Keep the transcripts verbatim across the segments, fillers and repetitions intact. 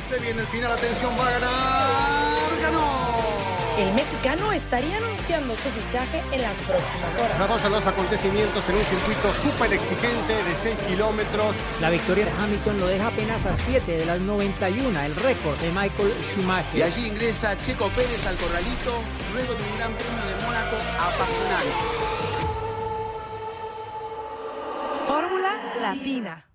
Se viene el final, atención, va a ganar, ganó. El mexicano estaría anunciando su fichaje en las próximas horas. Vamos a los acontecimientos en un circuito súper exigente de seis kilómetros. La victoria de Hamilton lo deja apenas a siete de las noventa y uno, el récord de Michael Schumacher. Y allí ingresa Checo Pérez al corralito, luego de un gran premio de Mónaco apasionante. Fórmula Latina.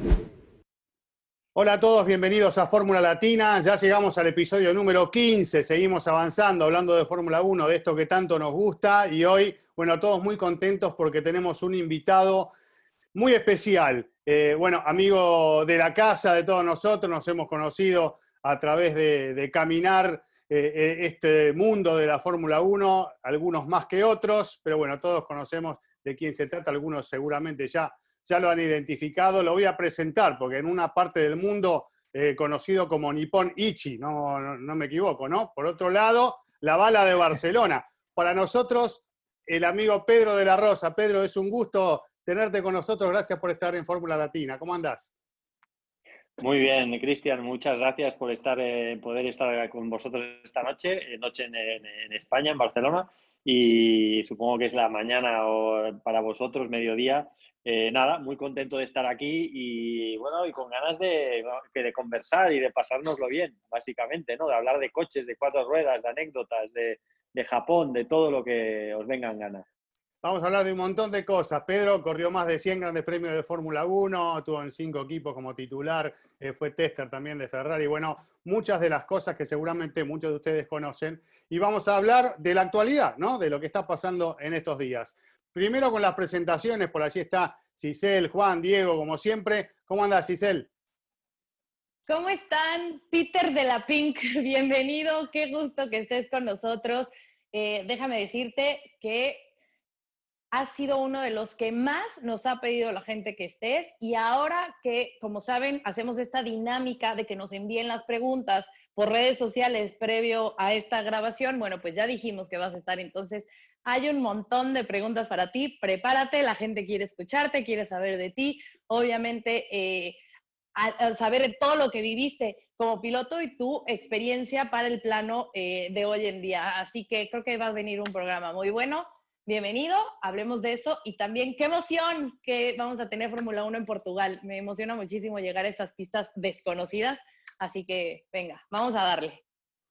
Hola a todos, bienvenidos a Fórmula Latina. Ya llegamos al episodio número quince, seguimos avanzando, hablando de Fórmula uno, de esto que tanto nos gusta. Y hoy, bueno, todos muy contentos porque tenemos un invitado muy especial. Eh, bueno, amigo de la casa, de todos nosotros, nos hemos conocido a través de, de caminar eh, este mundo de la Fórmula uno, algunos más que otros, pero bueno, todos conocemos de quién se trata, algunos seguramente ya... ya lo han identificado, lo voy a presentar, porque en una parte del mundo eh, conocido como Nippon Ichi, no, no, no me equivoco, ¿no? Por otro lado, la bala de Barcelona. Para nosotros, el amigo Pedro de la Rosa. Pedro, es un gusto tenerte con nosotros, gracias por estar en Fórmula Latina. ¿Cómo andás? Muy bien, Cristian, muchas gracias por estar, eh, poder estar con vosotros esta noche, noche en, en, en España, en Barcelona, y supongo que es la mañana o para vosotros, mediodía. Eh, nada, muy contento de estar aquí y bueno, y con ganas de, de conversar y de pasárnoslo bien, básicamente, ¿no? De hablar de coches, de cuatro ruedas, de anécdotas, de, de Japón, de todo lo que os vengan ganas. Vamos a hablar de un montón de cosas. Pedro corrió más de cien grandes premios de Fórmula uno, estuvo en cinco equipos como titular, eh, fue tester también de Ferrari. Bueno, muchas de las cosas que seguramente muchos de ustedes conocen. Y vamos a hablar de la actualidad, ¿no? De lo que está pasando en estos días. Primero con las presentaciones, por allí está Giselle, Juan, Diego, como siempre. ¿Cómo andás, Giselle? ¿Cómo están? Peter de la Pink, bienvenido, qué gusto que estés con nosotros. Eh, déjame decirte que has sido uno de los que más nos ha pedido la gente que estés y ahora que, como saben, hacemos esta dinámica de que nos envíen las preguntas por redes sociales previo a esta grabación, bueno, pues ya dijimos que vas a estar, entonces hay un montón de preguntas para ti, prepárate, la gente quiere escucharte, quiere saber de ti, obviamente eh, a, a saber todo lo que viviste como piloto y tu experiencia para el plano eh, de hoy en día, así que creo que va a venir un programa muy bueno. Bienvenido, hablemos de eso y también qué emoción que vamos a tener Fórmula uno en Portugal. Me emociona muchísimo llegar a estas pistas desconocidas, así que venga, vamos a darle.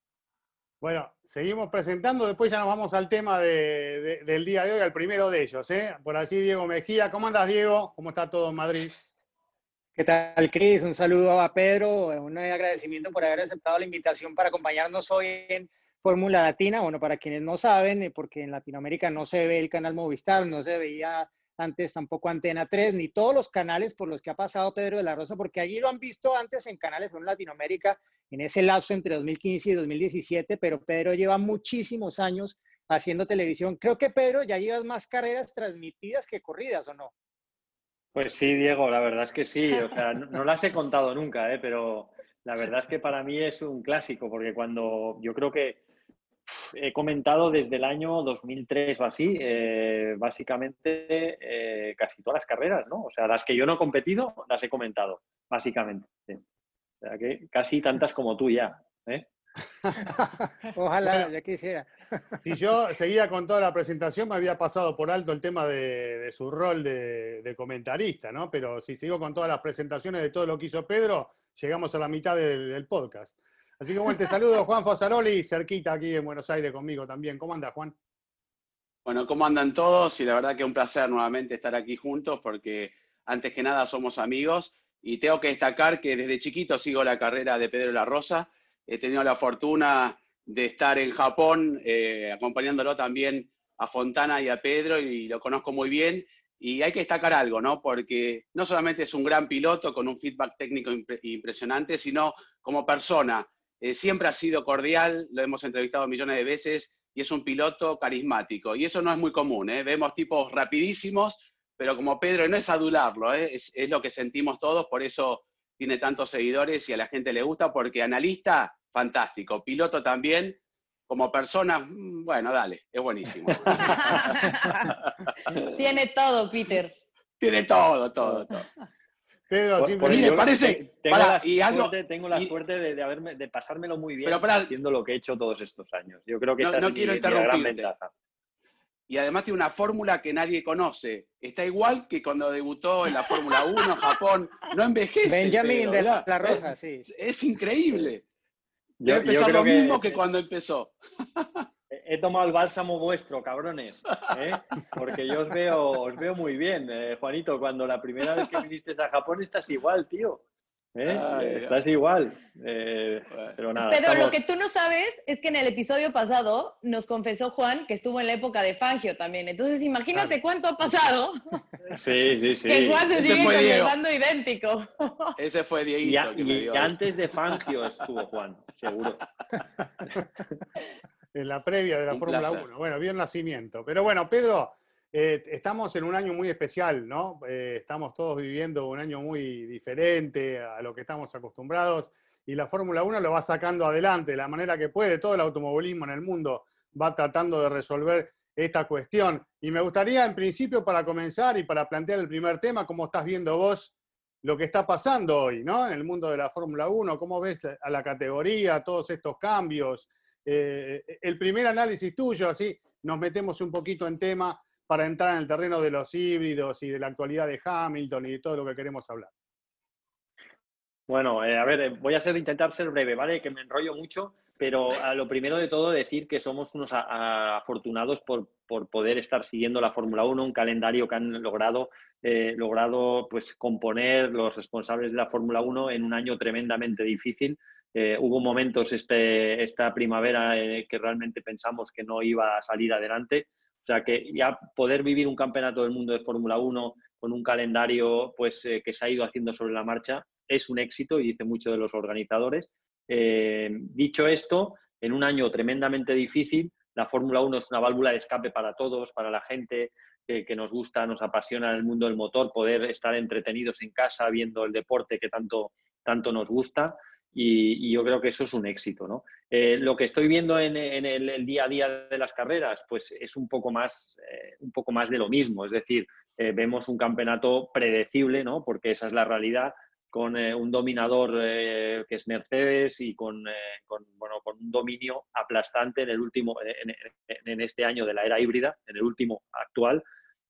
Bueno, seguimos presentando, después ya nos vamos al tema de, de, del día de hoy, al primero de ellos, ¿eh? Por allí Diego Mejía. ¿Cómo andas, Diego? ¿Cómo está todo en Madrid? ¿Qué tal, Cris? Un saludo a Pedro, un agradecimiento por haber aceptado la invitación para acompañarnos hoy en Fórmula Latina. Bueno, para quienes no saben, porque en Latinoamérica no se ve el canal Movistar, no se veía antes tampoco Antena tres, ni todos los canales por los que ha pasado Pedro de la Rosa, porque allí lo han visto antes en canales en Latinoamérica, en ese lapso entre dos mil quince y dos mil diecisiete, pero Pedro lleva muchísimos años haciendo televisión. Creo que, Pedro, ya llevas más carreras transmitidas que corridas, ¿o no? Pues sí, Diego, la verdad es que sí. O sea, no, no las he contado nunca, ¿eh? Pero la verdad es que para mí es un clásico, porque cuando yo creo que he comentado desde el año dos mil tres o así, eh, básicamente eh, casi todas las carreras, ¿no? O sea, las que yo no he competido, las he comentado, básicamente. Sí. O sea, que casi tantas como tú ya, ¿eh? Ojalá, bueno, ya quisiera. Si yo seguía con toda la presentación, me había pasado por alto el tema de, de su rol de, de comentarista, ¿no? Pero si sigo con todas las presentaciones de todo lo que hizo Pedro, llegamos a la mitad del, del podcast. Así que bueno, te saludo, Juan Fosaroli, cerquita aquí en Buenos Aires conmigo también. ¿Cómo andas, Juan? Bueno, ¿cómo andan todos? Y la verdad que es un placer nuevamente estar aquí juntos porque antes que nada somos amigos y tengo que destacar que desde chiquito sigo la carrera de Pedro de la Rosa. He tenido la fortuna de estar en Japón eh, acompañándolo también a Fontana y a Pedro y lo conozco muy bien. Y hay que destacar algo, ¿no? Porque no solamente es un gran piloto con un feedback técnico impre- impresionante, sino como persona. Eh, siempre ha sido cordial, lo hemos entrevistado millones de veces y es un piloto carismático. Y eso no es muy común, ¿eh? Vemos tipos rapidísimos, pero como Pedro, no es adularlo, ¿eh? es, es lo que sentimos todos, por eso tiene tantos seguidores y a la gente le gusta, porque analista, fantástico. Piloto también, como persona, bueno, dale, es buenísimo. Tiene todo, Peter. Tiene todo, todo, todo. Pedro, Por- simplemente... Mire, yo parece- tengo, para, la y algo- suerte, tengo la y- suerte de, de haberme, de pasármelo muy bien Pero para- haciendo lo que he hecho todos estos años. Yo creo que No- esa no es mi, quiero mi gran interrumpirte. ventaja. Y además tiene una fórmula que nadie conoce. Está igual que cuando debutó en la Fórmula uno en Japón. No envejece. Benjamin Pedro, de mirá. la Rosa, es, sí. Es increíble. Yo, Debe yo empezar creo lo mismo que que cuando empezó. he tomado el bálsamo vuestro, cabrones, ¿eh? Porque yo os veo, os veo muy bien, eh, Juanito. Cuando la primera vez que viniste a Japón estás igual, tío. ¿Eh? Ay, Estás igual. Eh, Bueno. pero nada, Pedro, estamos- lo que tú no sabes es que en el episodio pasado nos confesó Juan que estuvo en la época de Fangio también. Entonces, imagínate cuánto ha pasado. Sí, sí, sí. Que Juan se Ese sigue fue Diego. conservando idéntico. Ese fue Y, Dieguito a- que me y dio. antes de Fangio estuvo Juan, seguro. En la previa de la Un Fórmula placer. uno. Bueno, vio el nacimiento. Pero bueno, Pedro, eh, estamos en un año muy especial, ¿no? Eh, estamos todos viviendo un año muy diferente a lo que estamos acostumbrados y la Fórmula uno lo va sacando adelante de la manera que puede. Todo el automovilismo en el mundo va tratando de resolver esta cuestión. Y me gustaría, en principio, para comenzar y para plantear el primer tema, cómo estás viendo vos lo que está pasando hoy, ¿no? En el mundo de la Fórmula uno, cómo ves a la categoría, todos estos cambios. Eh, el primer análisis tuyo, así nos metemos un poquito en tema para entrar en el terreno de los híbridos y de la actualidad de Hamilton y de todo lo que queremos hablar. Bueno, eh, a ver, eh, voy a ser, intentar ser breve, ¿vale? Que me enrollo mucho, pero a lo primero de todo decir que somos unos a- a- afortunados por, por poder estar siguiendo la Fórmula uno, un calendario que han logrado, eh, logrado pues, componer los responsables de la Fórmula uno en un año tremendamente difícil. Eh, hubo momentos este, esta primavera eh, que realmente pensamos que no iba a salir adelante. O sea, que ya poder vivir un campeonato del mundo de Fórmula uno con un calendario pues, eh, que se ha ido haciendo sobre la marcha es un éxito y dice mucho de los organizadores. Eh, dicho esto, en un año tremendamente difícil, la Fórmula uno es una válvula de escape para todos, para la gente que, que nos gusta, nos apasiona el mundo del motor, poder estar entretenidos en casa viendo el deporte que tanto, tanto nos gusta. Y, y yo creo que eso es un éxito, ¿no? Eh, lo que estoy viendo en, en el, el día a día de las carreras, pues es un poco más, eh, un poco más de lo mismo. Es decir, eh, vemos un campeonato predecible, ¿no? Porque esa es la realidad, con eh, un dominador eh, que es Mercedes y con, eh, con, bueno, con un dominio aplastante en, el último, en, en, en este año de la era híbrida, en el último actual,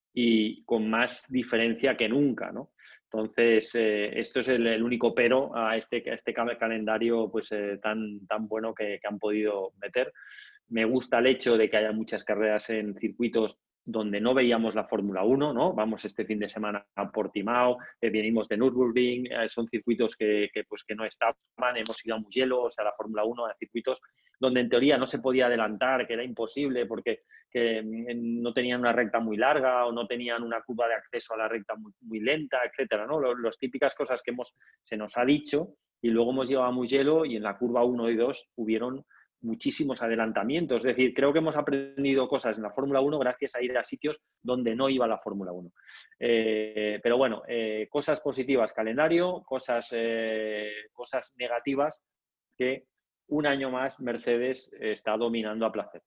y con más diferencia que nunca, ¿no? Entonces, eh, esto es el, el único pero a este, a este calendario pues, eh, tan, tan bueno que, que han podido meter. Me gusta el hecho de que haya muchas carreras en circuitos donde no veíamos la Fórmula uno, ¿no? Vamos este fin de semana a Portimao, eh, venimos de Nürburgring, eh, son circuitos que, que, pues, que no estaban, hemos ido a Mugello, o sea, la Fórmula uno, a circuitos donde en teoría no se podía adelantar, que era imposible porque que no tenían una recta muy larga o no tenían una curva de acceso a la recta muy, muy lenta, etcétera, ¿no? Los, las típicas cosas que hemos, se nos ha dicho, y luego hemos llegado a Mugello y en la curva uno y dos hubieron muchísimos adelantamientos. Es decir, creo que hemos aprendido cosas en la Fórmula uno gracias a ir a sitios donde no iba la Fórmula uno. Eh, pero bueno, eh, cosas positivas, calendario, cosas, eh, cosas negativas, que un año más Mercedes está dominando a placer.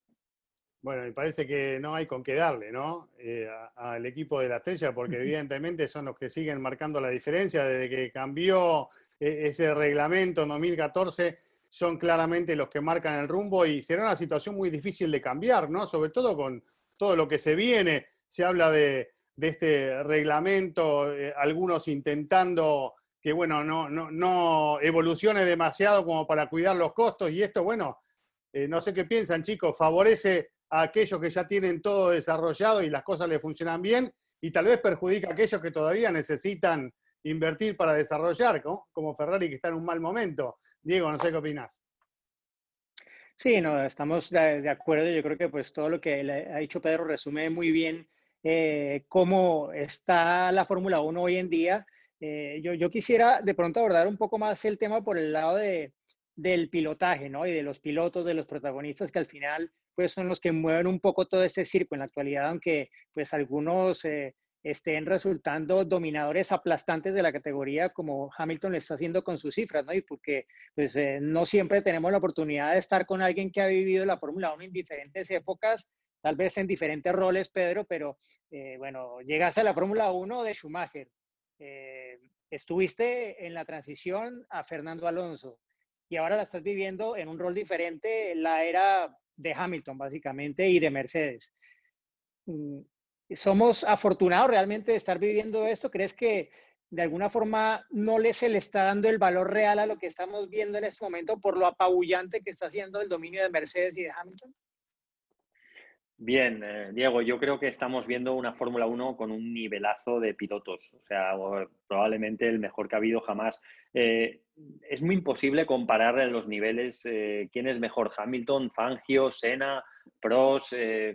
Bueno, me parece que no hay con qué darle, ¿no? Eh, a- al equipo de la Estrella, porque evidentemente son los que siguen marcando la diferencia desde que cambió eh, ese reglamento en dos mil catorce. Son claramente los que marcan el rumbo y será una situación muy difícil de cambiar, ¿no? Sobre todo con todo lo que se viene. Se habla de, de este reglamento, eh, algunos intentando que, bueno, no, no, no evolucione demasiado como para cuidar los costos, y esto, bueno, eh, no sé qué piensan, chicos, favorece a aquellos que ya tienen todo desarrollado y las cosas les funcionan bien, y tal vez perjudica a aquellos que todavía necesitan invertir para desarrollar, ¿no? Como Ferrari, que está en un mal momento. Diego, no sé qué opinás. Sí, no, estamos de, de acuerdo. Yo creo que pues todo lo que le ha dicho Pedro resume muy bien eh, cómo está la Fórmula uno hoy en día. Eh, yo, yo quisiera de pronto abordar un poco más el tema por el lado de, del pilotaje, ¿no? Y de los pilotos, de los protagonistas que al final pues son los que mueven un poco todo este circo en la actualidad, aunque pues algunos eh, estén resultando dominadores aplastantes de la categoría, como Hamilton le está haciendo con sus cifras, ¿no? Y porque pues eh, no siempre tenemos la oportunidad de estar con alguien que ha vivido la Fórmula uno en diferentes épocas, tal vez en diferentes roles, Pedro, pero eh, bueno, llegaste a la Fórmula uno de Schumacher, eh, estuviste en la transición a Fernando Alonso y ahora la estás viviendo en un rol diferente, la era de Hamilton básicamente y de Mercedes. ¿Somos afortunados realmente de estar viviendo esto? ¿Crees que de alguna forma no le se le está dando el valor real a lo que estamos viendo en este momento por lo apabullante que está haciendo el dominio de Mercedes y de Hamilton? Bien, eh, Diego, yo creo que estamos viendo una Fórmula uno con un nivelazo de pilotos, o sea, o probablemente el mejor que ha habido jamás. Eh, es muy imposible comparar los niveles, eh, quién es mejor, Hamilton, Fangio, Senna, Prost, eh,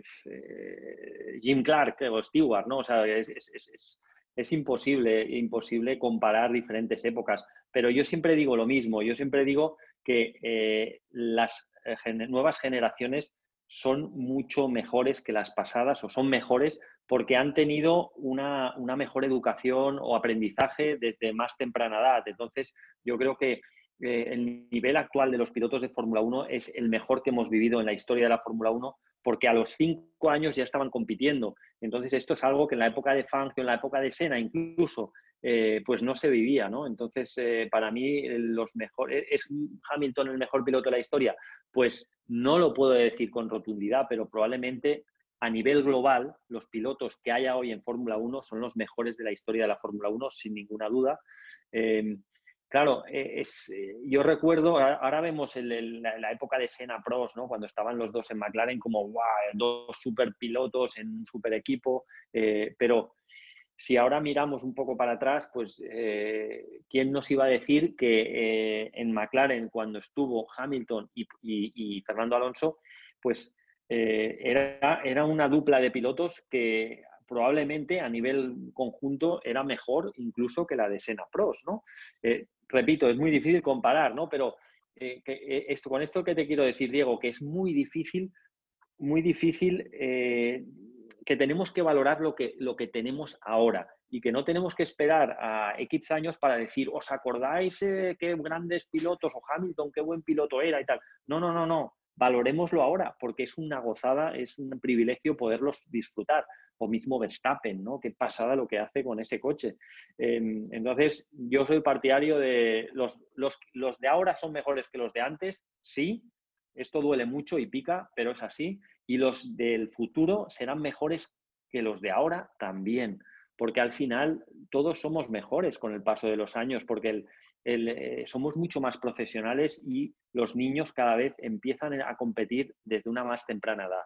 eh, Jim Clark o Stewart, ¿no? O sea, es, es, es, es imposible, imposible comparar diferentes épocas, pero yo siempre digo lo mismo, yo siempre digo que eh, las eh, gen- nuevas generaciones son mucho mejores que las pasadas o son mejores porque han tenido una, una mejor educación o aprendizaje desde más temprana edad. Entonces, yo creo que eh, el nivel actual de los pilotos de Fórmula uno es el mejor que hemos vivido en la historia de la Fórmula uno porque a los cinco años ya estaban compitiendo. Entonces, esto es algo que en la época de Fangio, en la época de Senna incluso, eh, pues no se vivía, ¿no? Entonces, eh, para mí, los mejores, ¿es Hamilton el mejor piloto de la historia? Pues no lo puedo decir con rotundidad, pero probablemente a nivel global los pilotos que haya hoy en Fórmula uno son los mejores de la historia de la Fórmula uno, sin ninguna duda. Eh, claro, es, yo recuerdo, ahora vemos el, el, la época de Senna Prost, ¿no? Cuando estaban los dos en McLaren como wow, dos super pilotos en un super equipo, eh, pero si ahora miramos un poco para atrás, pues eh, ¿quién nos iba a decir que eh, en McLaren, cuando estuvo Hamilton y, y, y Fernando Alonso, pues eh, era, era una dupla de pilotos que probablemente a nivel conjunto era mejor incluso que la de Senna Prost, ¿no? Eh, repito, es muy difícil comparar, ¿no? Pero eh, que, eh, esto, con esto que te quiero decir, Diego, que es muy difícil, muy difícil... Eh, que tenemos que valorar lo que, lo que tenemos ahora y que no tenemos que esperar a X años para decir, ¿os acordáis eh, qué grandes pilotos o Hamilton, qué buen piloto era y tal? No, no, no, no. Valorémoslo ahora porque es una gozada, es un privilegio poderlos disfrutar. O mismo Verstappen, ¿no? Qué pasada lo que hace con ese coche. Eh, entonces, yo soy partidario de los, los, los de ahora son mejores que los de antes, sí. Esto duele mucho y pica, pero es así. Y los del futuro serán mejores que los de ahora también, porque al final todos somos mejores con el paso de los años, porque el, el, eh, somos mucho más profesionales y los niños cada vez empiezan a competir desde una más temprana edad.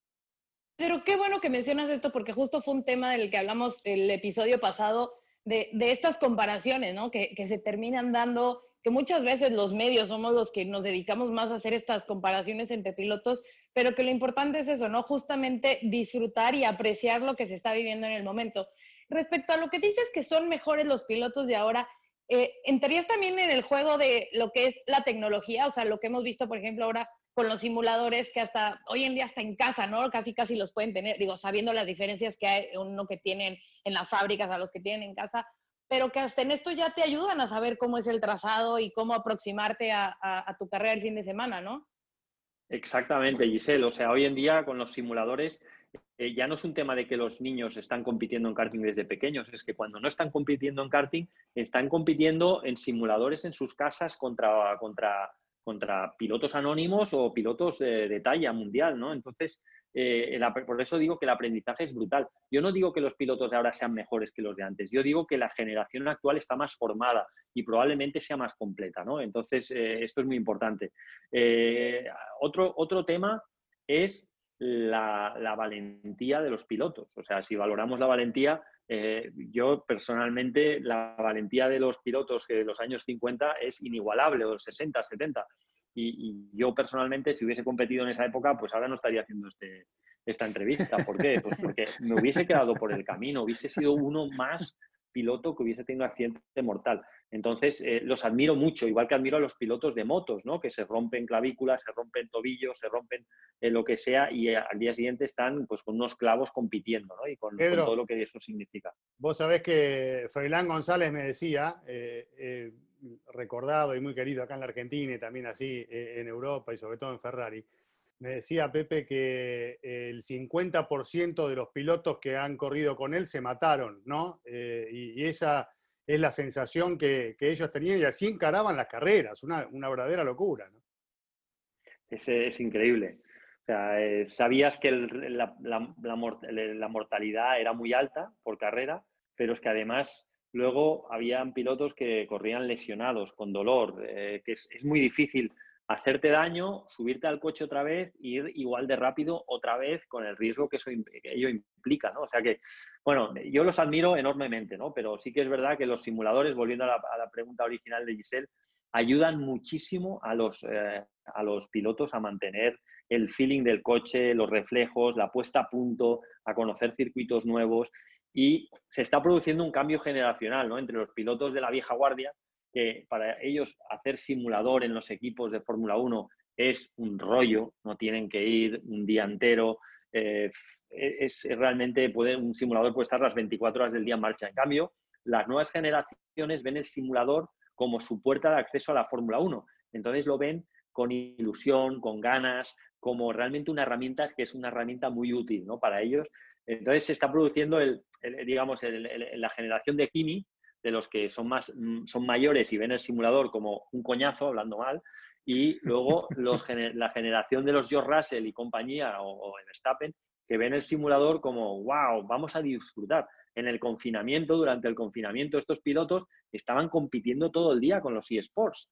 Pero qué bueno que mencionas esto, porque justo fue un tema del que hablamos el episodio pasado, de, de estas comparaciones, ¿no? Que, que se terminan dando, que muchas veces los medios somos los que nos dedicamos más a hacer estas comparaciones entre pilotos, pero que lo importante es eso, ¿no? Justamente disfrutar y apreciar lo que se está viviendo en el momento. Respecto a lo que dices que son mejores los pilotos de ahora, eh, ¿entrarías también en el juego de lo que es la tecnología? O sea, lo que hemos visto, por ejemplo, ahora con los simuladores que hasta hoy en día hasta en casa, ¿no? Casi casi los pueden tener, digo, sabiendo las diferencias que hay uno que tienen en las fábricas a los que tienen en casa, pero que hasta en esto ya te ayudan a saber cómo es el trazado y cómo aproximarte a, a, a tu carrera el fin de semana, ¿no? Exactamente, Giselle. O sea, hoy en día con los simuladores eh, ya no es un tema de que los niños están compitiendo en karting desde pequeños, es que cuando no están compitiendo en karting, están compitiendo en simuladores en sus casas contra, contra, contra pilotos anónimos o pilotos de, de talla mundial, ¿no? Entonces, eh, el, por eso digo que el aprendizaje es brutal. Yo no digo que los pilotos de ahora sean mejores que los de antes, yo digo que la generación actual está más formada y probablemente sea más completa, ¿no? Entonces, eh, esto es muy importante. Eh, otro, otro tema es la, la valentía de los pilotos. O sea, si valoramos la valentía, eh, yo personalmente, la valentía de los pilotos que de los años cincuenta es inigualable, o los sesenta, setenta. Y, y yo personalmente, si hubiese competido en esa época, pues ahora no estaría haciendo este, esta entrevista. ¿Por qué? Pues porque me hubiese quedado por el camino, hubiese sido uno más piloto que hubiese tenido un accidente mortal. Entonces, eh, los admiro mucho, igual que admiro a los pilotos de motos, ¿no? Que se rompen clavículas, se rompen tobillos, se rompen eh, lo que sea y eh, al día siguiente están pues con unos clavos compitiendo, ¿no? Y con, Pedro, con todo lo que eso significa. Vos sabés que Froilán González me decía, eh, eh, recordado y muy querido acá en la Argentina y también así eh, en Europa y sobre todo en Ferrari, me decía Pepe que el cincuenta por ciento de los pilotos que han corrido con él se mataron, ¿no? Eh, y, y esa, es la sensación que, que ellos tenían y así encaraban las carreras, una, una verdadera locura, ¿no? Es, es increíble. O sea, eh, sabías que el, la, la, la, mort la mortalidad era muy alta por carrera, pero es que además luego habían pilotos que corrían lesionados, con dolor, eh, que es, es muy difícil hacerte daño, subirte al coche otra vez e ir igual de rápido otra vez con el riesgo que eso que ello implica, ¿no? O sea que, bueno, yo los admiro enormemente, ¿no? Pero sí que es verdad que los simuladores, volviendo a la, a la pregunta original de Giselle, ayudan muchísimo a los, eh, a los pilotos a mantener el feeling del coche, los reflejos, la puesta a punto, a conocer circuitos nuevos, y se está produciendo un cambio generacional, ¿no? Entre los pilotos de la vieja guardia, que para ellos hacer simulador en los equipos de Fórmula uno es un rollo, no tienen que ir un día entero, eh, es, es realmente, puede, un simulador puede estar las veinticuatro horas del día en marcha. En cambio, las nuevas generaciones ven el simulador como su puerta de acceso a la Fórmula uno. Entonces lo ven con ilusión, con ganas, como realmente una herramienta que es una herramienta muy útil, ¿no? Para ellos. Entonces se está produciendo, el, el, digamos, el, el, la generación de Kimi, de los que son, más, son mayores y ven el simulador como un coñazo, hablando mal, y luego los, la generación de los George Russell y compañía, o, o Verstappen, que ven el simulador como, wow, vamos a disfrutar. En el confinamiento, durante el confinamiento, estos pilotos estaban compitiendo todo el día con los eSports.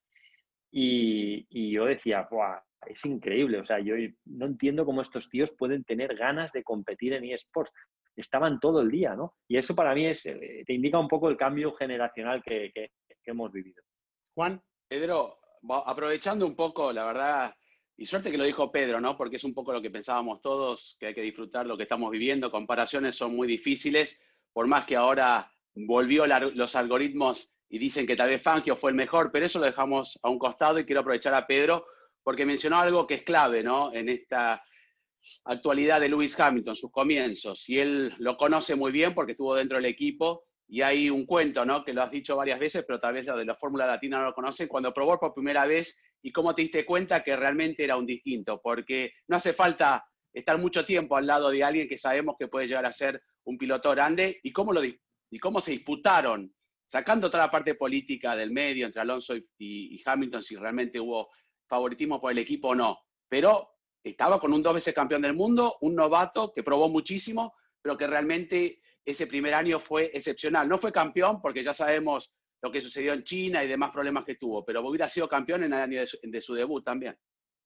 Y, y yo decía, wow, es increíble. O sea, yo no entiendo cómo estos tíos pueden tener ganas de competir en eSports. Estaban todo el día, ¿no? Y eso para mí es, te indica un poco el cambio generacional que, que, que hemos vivido. Juan. Pedro, aprovechando un poco, la verdad, y suerte que lo dijo Pedro, ¿no? Porque es un poco lo que pensábamos todos, que hay que disfrutar lo que estamos viviendo. Comparaciones son muy difíciles, por más que ahora volvió la, los algoritmos y dicen que tal vez Fangio fue el mejor, pero eso lo dejamos a un costado y quiero aprovechar a Pedro porque mencionó algo que es clave, ¿no? En esta actualidad de Lewis Hamilton, sus comienzos, y él lo conoce muy bien porque estuvo dentro del equipo, y hay un cuento, ¿no? Que lo has dicho varias veces, pero tal vez lo de la Fórmula Latina no lo conocen, cuando probó por primera vez y cómo te diste cuenta que realmente era un distinto, porque no hace falta estar mucho tiempo al lado de alguien que sabemos que puede llegar a ser un piloto grande, y cómo, lo, y cómo se disputaron, sacando toda la parte política del medio entre Alonso y, y, y Hamilton, si realmente hubo favoritismo por el equipo o no, pero estaba con un dos veces campeón del mundo, un novato que probó muchísimo, pero que realmente ese primer año fue excepcional. No fue campeón porque ya sabemos lo que sucedió en China y demás problemas que tuvo, pero hubiera sido campeón en el año de su, de su debut también.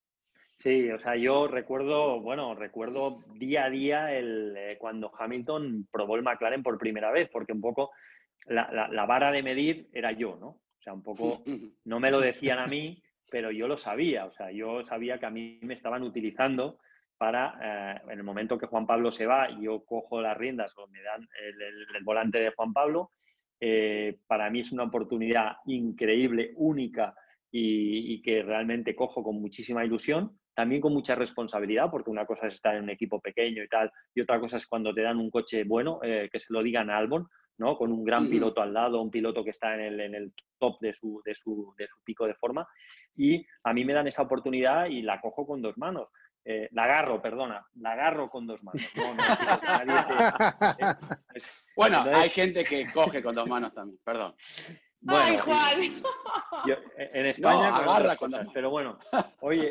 Sí, o sea, yo recuerdo, bueno, recuerdo día a día el, eh, cuando Hamilton probó el McLaren por primera vez, porque un poco la, la, la vara de medir era yo, ¿no? O sea, un poco no me lo decían a mí, pero yo lo sabía, o sea, yo sabía que a mí me estaban utilizando para, eh, en el momento que Juan Pablo se va y yo cojo las riendas o me dan el, el, el volante de Juan Pablo, eh, para mí es una oportunidad increíble, única y, y que realmente cojo con muchísima ilusión, también con mucha responsabilidad, porque una cosa es estar en un equipo pequeño y tal, y otra cosa es cuando te dan un coche bueno, eh, que se lo digan a Albon, ¿no? Con un gran piloto al lado, un piloto que está en el, en el top de su, de, su, de su pico de forma, y a mí me dan esa oportunidad y la cojo con dos manos. Eh, la agarro, perdona, la agarro con dos manos. No, no, chicos, nadie te, eh, es, bueno, entonces, hay gente que coge con dos manos también, perdón. Bueno, ¡ay, Juan! Yo, en España, no, con agarra cosas, con dos manos. Pero bueno, oye,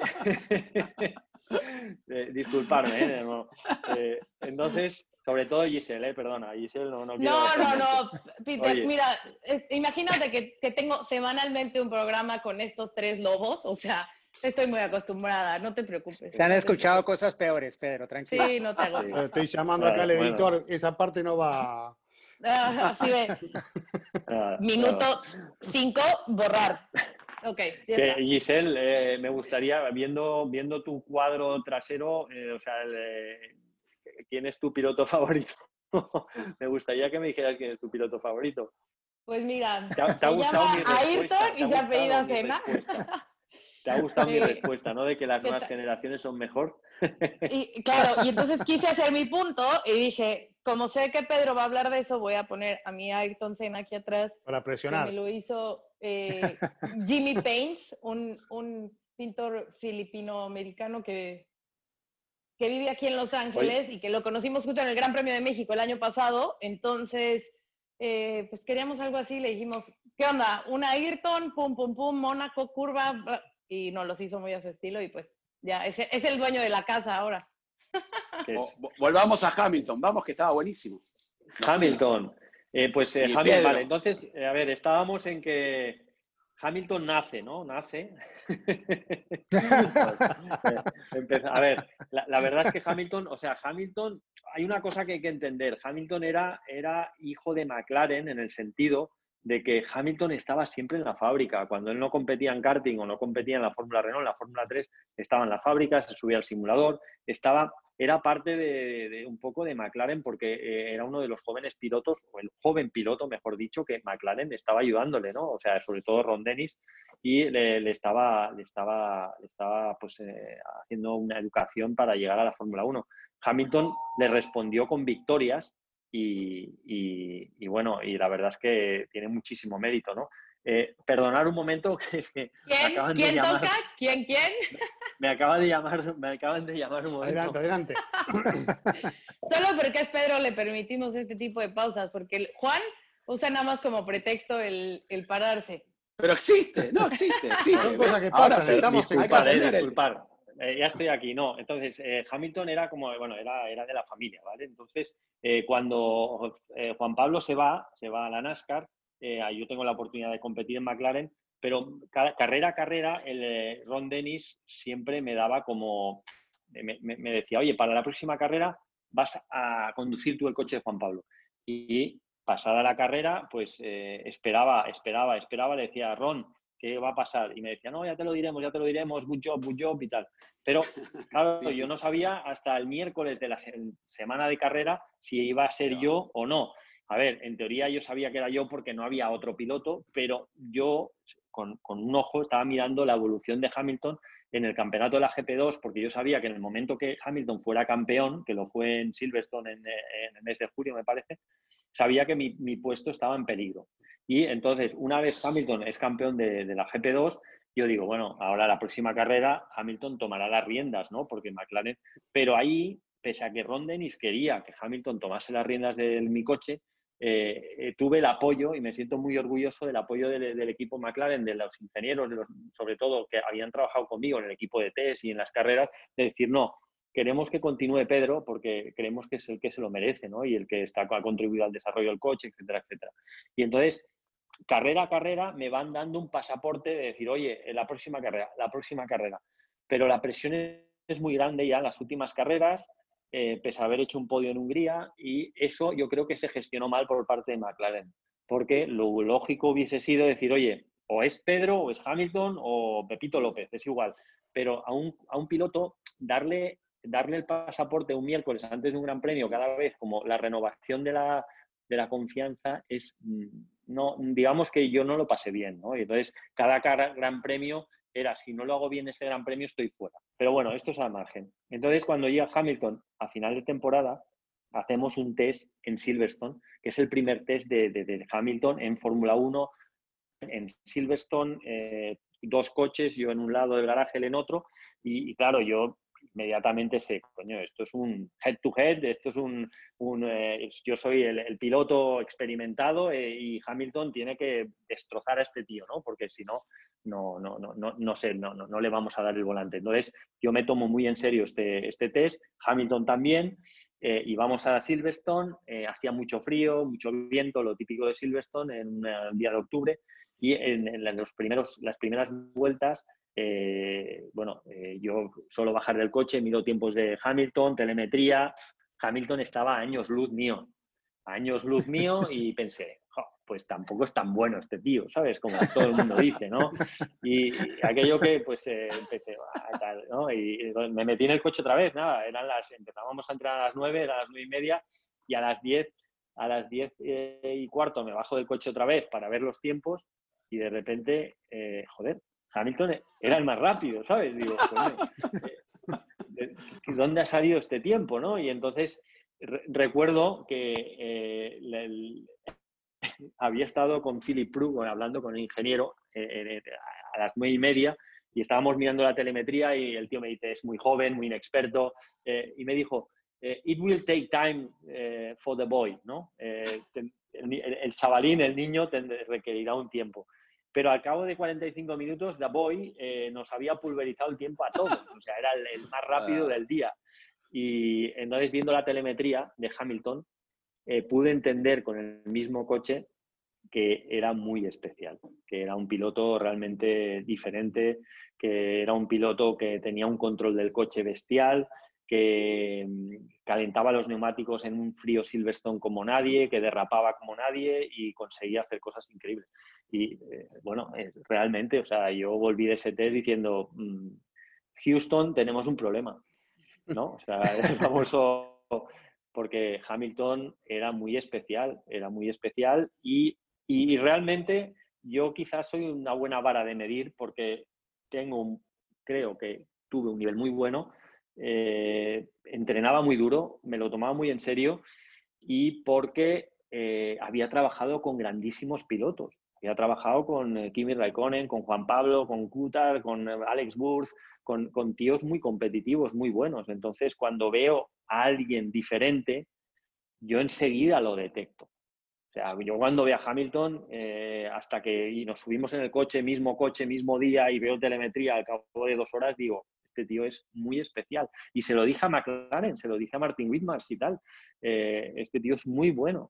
eh, disculparme, ¿eh? No, eh, entonces... Sobre todo Giselle, eh, perdona, Giselle no, no quiero... No, no, no, Peter, Oye. mira, eh, imagínate que, que tengo semanalmente un programa con estos tres lobos, o sea, estoy muy acostumbrada, no te preocupes. Se han no escuchado cosas peores, Pedro, tranquilo. Sí, no te hago. Sí. Estoy llamando acá al Bueno, editor, bueno. esa parte no va... Ah, así de, Ah, minuto cinco, borrar. Ok, ya Que, está. Giselle, eh, me gustaría, viendo, viendo tu cuadro trasero, eh, o sea, el, eh, ¿quién es tu piloto favorito? Me gustaría que me dijeras quién es tu piloto favorito. Pues mira, ¿Te ha, te se ha gustado llama mi respuesta? Ayrton ¿Te ha y se apellida gustado mi Senna. respuesta? ¿Te ha gustado mi Sí. respuesta, no? De que las ¿Qué nuevas tal? generaciones son mejor. Y claro, y entonces quise hacer mi punto y dije, como sé que Pedro va a hablar de eso, voy a poner a mi Ayrton Senna aquí atrás, Para que presionar. me lo hizo eh, Jimmy Paints, un, un pintor filipino-americano que, que vive aquí en Los Ángeles. Oye. Y que lo conocimos justo en el Gran Premio de México el año pasado. Entonces, eh, pues queríamos algo así, le dijimos, ¿qué onda? Una Ayrton, pum, pum, pum, Mónaco, curva, bla, y nos los hizo muy a su estilo y pues ya, es, es el dueño de la casa ahora. O, volvamos a Hamilton, vamos que estaba buenísimo. Hamilton, eh, pues eh, Sí, Hamilton, Pedro. vale, entonces, eh, a ver, estábamos en que Hamilton nace, ¿no? Nace. Empeza- a ver, la, la verdad es que Hamilton, o sea, Hamilton, hay una cosa que hay que entender. Hamilton era, era hijo de McLaren en el sentido de que Hamilton estaba siempre en la fábrica. Cuando él no competía en karting o no competía en la Fórmula Renault, en la Fórmula tres, estaba en la fábrica, se subía al simulador, estaba, era parte de, de un poco de McLaren porque eh, era uno de los jóvenes pilotos, o el joven piloto, mejor dicho, que McLaren estaba ayudándole, ¿no? O sea, sobre todo Ron Dennis, y le, le estaba, le estaba, le estaba pues, eh, haciendo una educación para llegar a la Fórmula uno. Hamilton le respondió con victorias y, y, y bueno, y la verdad es que tiene muchísimo mérito, ¿no? Eh, perdonar un momento, que es que me ¿Quién? acaban de ¿Quién llamar. toca? ¿Quién? ¿Quién? Me acaban de llamar, me acaban de llamar un momento. Adelante, adelante. Solo porque es Pedro le permitimos este tipo de pausas, porque el Juan usa nada más como pretexto el, el pararse. Pero existe, no existe, existe. Son cosas que Ahora pasan, sí, estamos en hay que Disculpar, eh, ascender el- disculpar. Eh, ya estoy aquí, no. Entonces, eh, Hamilton era como, bueno, era, era de la familia, ¿vale? Entonces, eh, cuando eh, Juan Pablo se va, se va a la NASCAR, eh, yo tengo la oportunidad de competir en McLaren, pero cada, carrera a carrera, el eh, Ron Dennis siempre me daba como, me, me, me decía, oye, para la próxima carrera vas a conducir tú el coche de Juan Pablo. Y pasada la carrera, pues eh, esperaba, esperaba, esperaba, le decía, Ron, ¿qué va a pasar? Y me decía, no, ya te lo diremos, ya te lo diremos, good job, good job y tal. Pero, claro, yo no sabía hasta el miércoles de la se semana de carrera si iba a ser yo o no. A ver, en teoría yo sabía que era yo porque no había otro piloto, pero yo con, con un ojo estaba mirando la evolución de Hamilton en el campeonato de la G P dos, porque yo sabía que en el momento que Hamilton fuera campeón, que lo fue en Silverstone en, en el mes de julio, me parece, sabía que mi, mi puesto estaba en peligro. Y entonces, una vez Hamilton es campeón de, de la G P dos, yo digo, bueno, ahora la próxima carrera Hamilton tomará las riendas, ¿no? Porque McLaren... Pero ahí, pese a que Ron Dennis quería que Hamilton tomase las riendas de mi coche, eh, eh, tuve el apoyo, y me siento muy orgulloso del apoyo del, del equipo McLaren, de los ingenieros, de los, sobre todo, que habían trabajado conmigo en el equipo de test y en las carreras, de decir, no, queremos que continúe Pedro porque creemos que es el que se lo merece, ¿no? Y el que está, ha contribuido al desarrollo del coche, etcétera, etcétera. Y entonces, carrera a carrera, me van dando un pasaporte de decir, oye, la próxima carrera, la próxima carrera. Pero la presión es muy grande ya en las últimas carreras, eh, pese a haber hecho un podio en Hungría, y eso yo creo que se gestionó mal por parte de McLaren. Porque lo lógico hubiese sido decir, oye, o es Pedro, o es Hamilton, o Pepito López, es igual. Pero a un, a un piloto darle... darle el pasaporte un miércoles antes de un gran premio, cada vez como la renovación de la, de la confianza, es, no, digamos que yo no lo pasé bien, ¿no? Y entonces, cada, cada gran premio era, si no lo hago bien ese gran premio, estoy fuera. Pero bueno, esto es al margen. Entonces, cuando llega Hamilton a final de temporada, hacemos un test en Silverstone, que es el primer test de, de, de Hamilton en Fórmula uno, en Silverstone, eh, dos coches, yo en un lado del garaje, él en otro, y, y claro, yo inmediatamente sé, coño, esto es un head to head, esto es un, un eh, yo soy el, el piloto experimentado eh, y Hamilton tiene que destrozar a este tío, ¿no? Porque si no, no, no, no, no, no sé, no, no, no le vamos a dar el volante. Entonces, yo me tomo muy en serio este, este test, Hamilton también, eh, y vamos a Silverstone, eh, hacía mucho frío, mucho viento, lo típico de Silverstone en un día de octubre, y en, en los primeros, las primeras vueltas, Eh, bueno, eh, yo suelo bajar del coche, miro tiempos de Hamilton, telemetría. Hamilton estaba a años luz mío, a años luz mío, y pensé, jo, pues tampoco es tan bueno este tío, ¿sabes? Como todo el mundo dice, ¿no? Y, y aquello que, pues, eh, empecé, ah, tal, ¿no? Y, y me metí en el coche otra vez, nada, eran las, empezábamos a entrar a las nueve, eran las nueve y media, y a las diez, a las diez eh, y cuarto me bajo del coche otra vez para ver los tiempos, y de repente, eh, joder, Hamilton era el más rápido, ¿sabes? Digo, coño, ¿de dónde ha salido este tiempo, no? Y entonces re recuerdo que eh, el, había estado con Philip Prue, hablando con el ingeniero eh, a las nueve y media, y estábamos mirando la telemetría y el tío me dice, es muy joven, muy inexperto, eh, y me dijo, eh, it will take time eh, for the boy, ¿no? Eh, el, el chavalín, el niño, requerirá un tiempo. Pero al cabo de cuarenta y cinco minutos, The Boy eh, nos había pulverizado el tiempo a todos. O sea, era el, el más rápido del día. Y entonces, viendo la telemetría de Hamilton, eh, pude entender con el mismo coche que era muy especial, que era un piloto realmente diferente, que era un piloto que tenía un control del coche bestial, que calentaba los neumáticos en un frío Silverstone como nadie, que derrapaba como nadie y conseguía hacer cosas increíbles. Y eh, bueno, eh, realmente, o sea, yo volví de ese test diciendo, mmm, Houston, tenemos un problema, ¿no? O sea, el famoso, porque Hamilton era muy especial, era muy especial y, y realmente yo quizás soy una buena vara de medir porque tengo, un, creo que tuve un nivel muy bueno, eh, entrenaba muy duro, me lo tomaba muy en serio y porque eh, había trabajado con grandísimos pilotos. Había trabajado con eh, Kimi Raikkonen, con Juan Pablo, con Coulthard, con eh, Alex Wurz, con, con tíos muy competitivos, muy buenos. Entonces, cuando veo a alguien diferente, yo enseguida lo detecto. O sea, yo cuando veo a Hamilton, eh, hasta que y nos subimos en el coche, mismo coche, mismo día, y veo telemetría al cabo de dos horas, digo, este tío es muy especial. Y se lo dije a McLaren, se lo dije a Martin Whitmars y tal. Eh, este tío es muy bueno.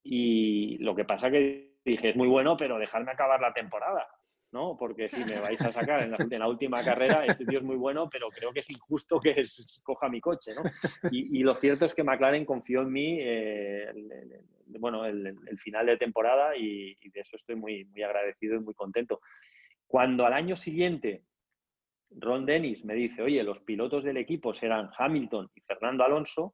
Y lo que pasa que dije, es muy bueno, pero dejadme acabar la temporada, ¿no? Porque si me vais a sacar en la, en la última carrera, este tío es muy bueno, pero creo que es injusto que es, coja mi coche, ¿no? Y, y lo cierto es que McLaren confió en mí, eh, el, el, bueno, el, el final de temporada y, y de eso estoy muy, muy agradecido y muy contento. Cuando al año siguiente Ron Dennis me dice, oye, los pilotos del equipo serán Hamilton y Fernando Alonso,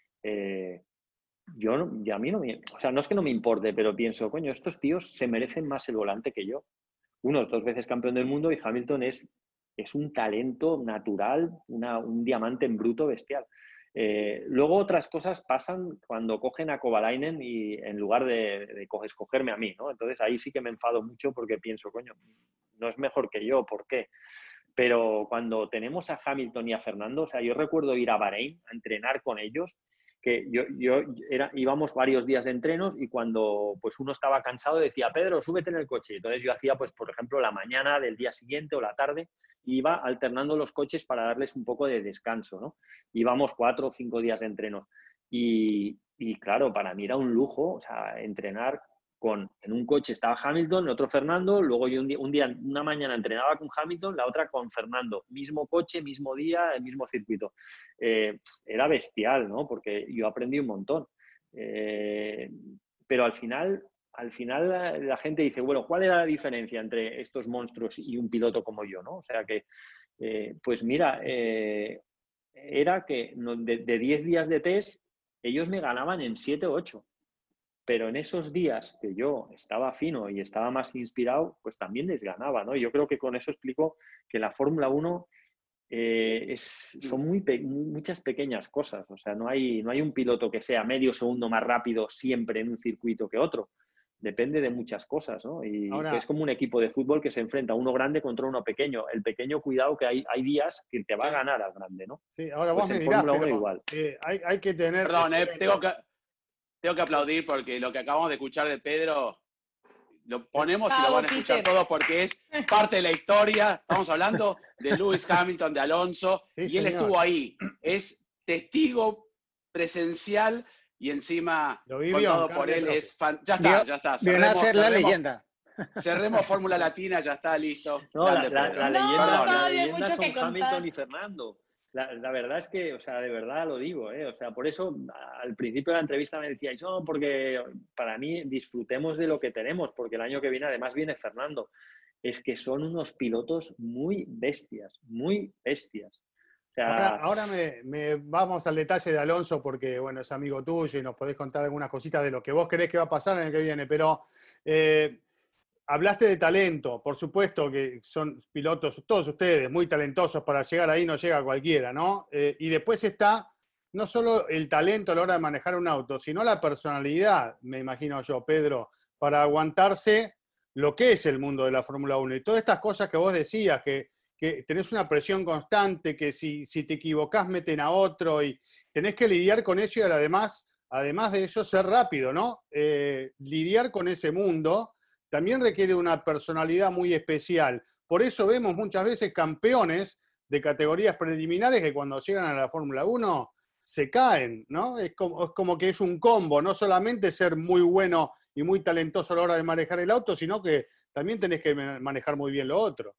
eh, yo, yo a mí no me, o sea, no es que no me importe, pero pienso, coño, estos tíos se merecen más el volante que yo. Uno es dos veces campeón del mundo y Hamilton es, es un talento natural, una, un diamante en bruto bestial. Eh, luego otras cosas pasan cuando cogen a Kovalainen y en lugar de, de escogerme a mí, ¿no? Entonces ahí sí que me enfado mucho porque pienso, coño, no es mejor que yo, ¿por qué? Pero cuando tenemos a Hamilton y a Fernando, o sea, yo recuerdo ir a Bahrein a entrenar con ellos, que yo, yo era, íbamos varios días de entrenos y cuando pues uno estaba cansado decía, Pedro, súbete en el coche. Entonces yo hacía, pues por ejemplo, la mañana del día siguiente o la tarde, iba alternando los coches para darles un poco de descanso, ¿no? Íbamos cuatro o cinco días de entrenos. Y, y claro, para mí era un lujo, o sea, entrenar con, en un coche estaba Hamilton, en otro Fernando, luego yo un día, un día, una mañana entrenaba con Hamilton, la otra con Fernando, mismo coche, mismo día, el mismo circuito. Eh, era bestial, ¿no? Porque yo aprendí un montón. Eh, pero al final, al final la, la gente dice, bueno, ¿cuál era la diferencia entre estos monstruos y un piloto como yo, ¿no? O sea que, eh, pues mira, eh, era que de diez días de test, ellos me ganaban en siete o ocho. Pero en esos días que yo estaba fino y estaba más inspirado, pues también les ganaba, ¿no? Yo creo que con eso explico que la Fórmula uno eh, es, son muy pe muchas pequeñas cosas. O sea, no hay, no hay un piloto que sea medio segundo más rápido siempre en un circuito que otro. Depende de muchas cosas, ¿no? Y Ahora, es como un equipo de fútbol que se enfrenta uno grande contra uno pequeño. El pequeño, cuidado, que hay, hay días que te va a ganar al grande, ¿no? Sí, ahora pues vos me dirás, pero, igual. Eh, hay, hay que tener... Perdón, eh, tengo que... Tengo que aplaudir porque lo que acabamos de escuchar de Pedro, lo ponemos y lo van a escuchar todos porque es parte de la historia. Estamos hablando de Lewis Hamilton, de Alonso, sí, y señor. Él estuvo ahí. Es testigo presencial y encima lo vivió, contado por él. Es fan... Ya está, ya está. Viene a ser la leyenda. Cerremos Fórmula Latina, ya está listo. No, la, la, la, leyenda, no, la leyenda son Hamilton contar. Y Fernando. La, la verdad es que, o sea, de verdad lo digo, ¿eh? O sea, por eso al principio de la entrevista me decíais, no, porque para mí disfrutemos de lo que tenemos, porque el año que viene además viene Fernando. Es que son unos pilotos muy bestias, muy bestias. O sea, ahora ahora me, me vamos al detalle de Alonso, porque, bueno, es amigo tuyo y nos podés contar algunas cositas de lo que vos creés que va a pasar en el que viene, pero... Eh, hablaste de talento, por supuesto que son pilotos, todos ustedes, muy talentosos, para llegar ahí no llega cualquiera, ¿no? Eh, y después está no solo el talento a la hora de manejar un auto, sino la personalidad, me imagino yo, Pedro, para aguantarse lo que es el mundo de la Fórmula uno. Y todas estas cosas que vos decías, que, que tenés una presión constante, que si, si te equivocás meten a otro y tenés que lidiar con eso y además, además de eso ser rápido, ¿no? Eh, lidiar con ese mundo también requiere una personalidad muy especial. Por eso vemos muchas veces campeones de categorías preliminares que cuando llegan a la Fórmula uno se caen, ¿no? Es como, es como que es un combo, no solamente ser muy bueno y muy talentoso a la hora de manejar el auto, sino que también tenés que manejar muy bien lo otro.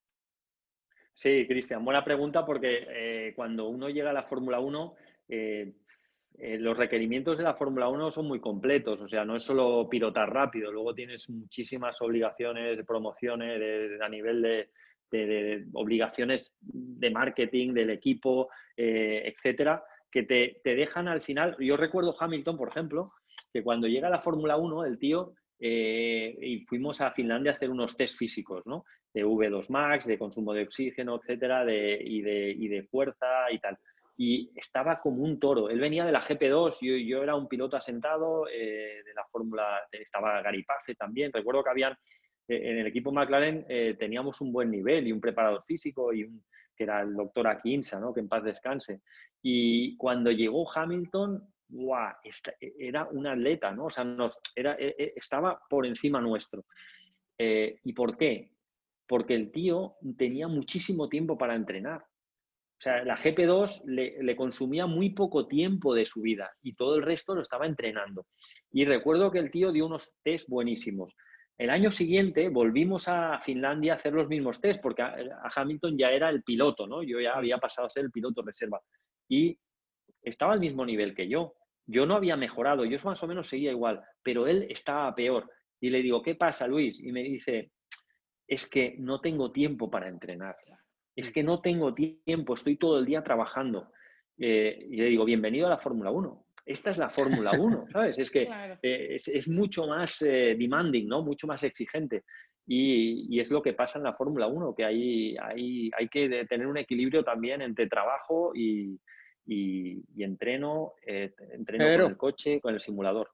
Sí, Cristian, buena pregunta porque eh, cuando uno llega a la Fórmula uno, eh, eh, los requerimientos de la Fórmula uno son muy completos, o sea, no es solo pilotar rápido, luego tienes muchísimas obligaciones, de promociones de, de, a nivel de, de, de obligaciones de marketing del equipo, eh, etcétera, que te, te dejan al final. Yo recuerdo Hamilton, por ejemplo, que cuando llega a la Fórmula uno, el tío, eh, y fuimos a Finlandia a hacer unos test físicos, ¿no? De V dos Max, de consumo de oxígeno, etcétera, de, y, de, y de fuerza y tal. Y estaba como un toro. Él venía de la G P dos, yo, yo era un piloto asentado, eh, de la Fórmula, estaba Gary Pace también. Recuerdo que habían, eh, en el equipo McLaren eh, teníamos un buen nivel y un preparador físico, y un, que era el doctor Akinsa, ¿no? Que en paz descanse. Y cuando llegó Hamilton, ¡guau! Era un atleta, ¿no? O sea, nos, era, estaba por encima nuestro. Eh, ¿Y por qué? Porque el tío tenía muchísimo tiempo para entrenar. O sea, la G P dos le, le consumía muy poco tiempo de su vida y todo el resto lo estaba entrenando. Y recuerdo que el tío dio unos test buenísimos. El año siguiente volvimos a Finlandia a hacer los mismos test porque a, a Hamilton ya era el piloto, ¿no? Yo ya había pasado a ser el piloto reserva. Y estaba al mismo nivel que yo. Yo no había mejorado, yo más o menos seguía igual, pero él estaba peor. Y le digo, ¿qué pasa, Luis? Y me dice, es que no tengo tiempo para entrenar. Es que no tengo tiempo, estoy todo el día trabajando. Eh, y le digo, bienvenido a la Fórmula uno. Esta es la Fórmula uno, ¿sabes? Es que claro. eh, es, es mucho más eh, demanding, ¿no? Mucho más exigente. Y, y es lo que pasa en la Fórmula uno, que hay, hay, hay que tener un equilibrio también entre trabajo y, y, y entreno, eh, entreno Pedro. Con el coche, con el simulador.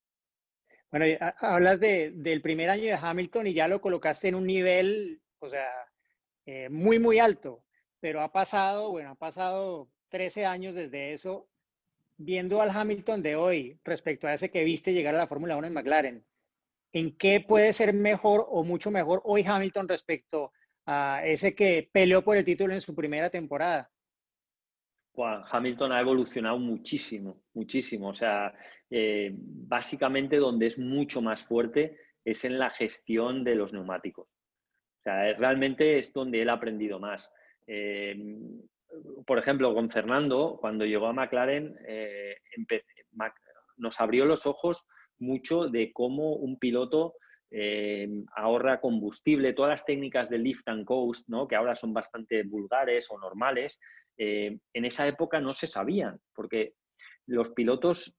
Bueno, hablas de, del primer año de Hamilton y ya lo colocaste en un nivel, o sea, eh, muy, muy alto, pero ha pasado, bueno, ha pasado trece años desde eso. Viendo al Hamilton de hoy respecto a ese que viste llegar a la Fórmula uno en McLaren, ¿en qué puede ser mejor o mucho mejor hoy Hamilton respecto a ese que peleó por el título en su primera temporada? Bueno, Hamilton ha evolucionado muchísimo, muchísimo. O sea, eh, básicamente donde es mucho más fuerte es en la gestión de los neumáticos. O sea, realmente es donde él ha aprendido más. Eh, por ejemplo, con Fernando, cuando llegó a McLaren, eh, Mac, nos abrió los ojos mucho de cómo un piloto eh, ahorra combustible. Todas las técnicas de lift and coast, ¿no? Que ahora son bastante vulgares o normales, eh, en esa época no se sabían, porque los pilotos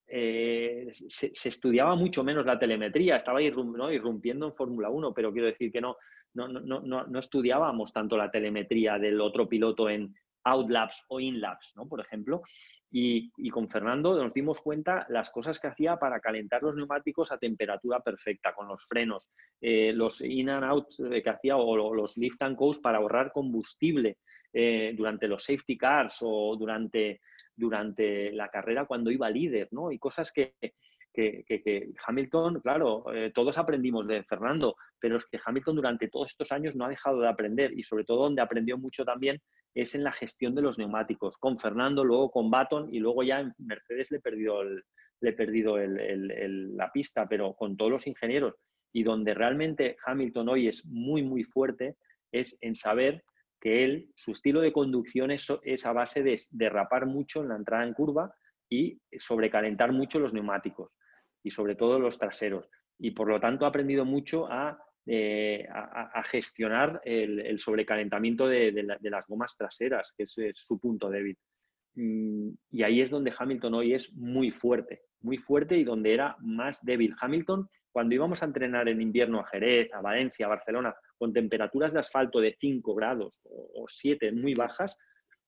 eh, se, se estudiaba mucho menos la telemetría, estaba irrum, ¿no? irrumpiendo en Fórmula uno, pero quiero decir que no, no, no, no, no estudiábamos tanto la telemetría del otro piloto en outlaps o inlaps, ¿no? Por ejemplo. Y, y con Fernando nos dimos cuenta las cosas que hacía para calentar los neumáticos a temperatura perfecta, con los frenos, eh, los in and out que hacía o los lift and coast para ahorrar combustible eh, durante los safety cars o durante, durante la carrera cuando iba líder, ¿no? Y cosas que, que, que, que Hamilton, claro, eh, todos aprendimos de Fernando, pero es que Hamilton durante todos estos años no ha dejado de aprender y sobre todo donde aprendió mucho también es en la gestión de los neumáticos, con Fernando, luego con Button y luego ya en Mercedes le he perdido, el, le he perdido el, el, el, la pista, pero con todos los ingenieros. Y donde realmente Hamilton hoy es muy, muy fuerte es en saber que él, su estilo de conducción es, es a base de derrapar mucho en la entrada en curva y sobrecalentar mucho los neumáticos y sobre todo los traseros. Y por lo tanto ha aprendido mucho a... Eh, a, a gestionar el, el sobrecalentamiento de, de, la, de las gomas traseras, que es, es su punto débil. Mm, y ahí es donde Hamilton hoy es muy fuerte, muy fuerte y donde era más débil. Hamilton, cuando íbamos a entrenar en invierno a Jerez, a Valencia, a Barcelona, con temperaturas de asfalto de cinco grados o, o siete muy bajas,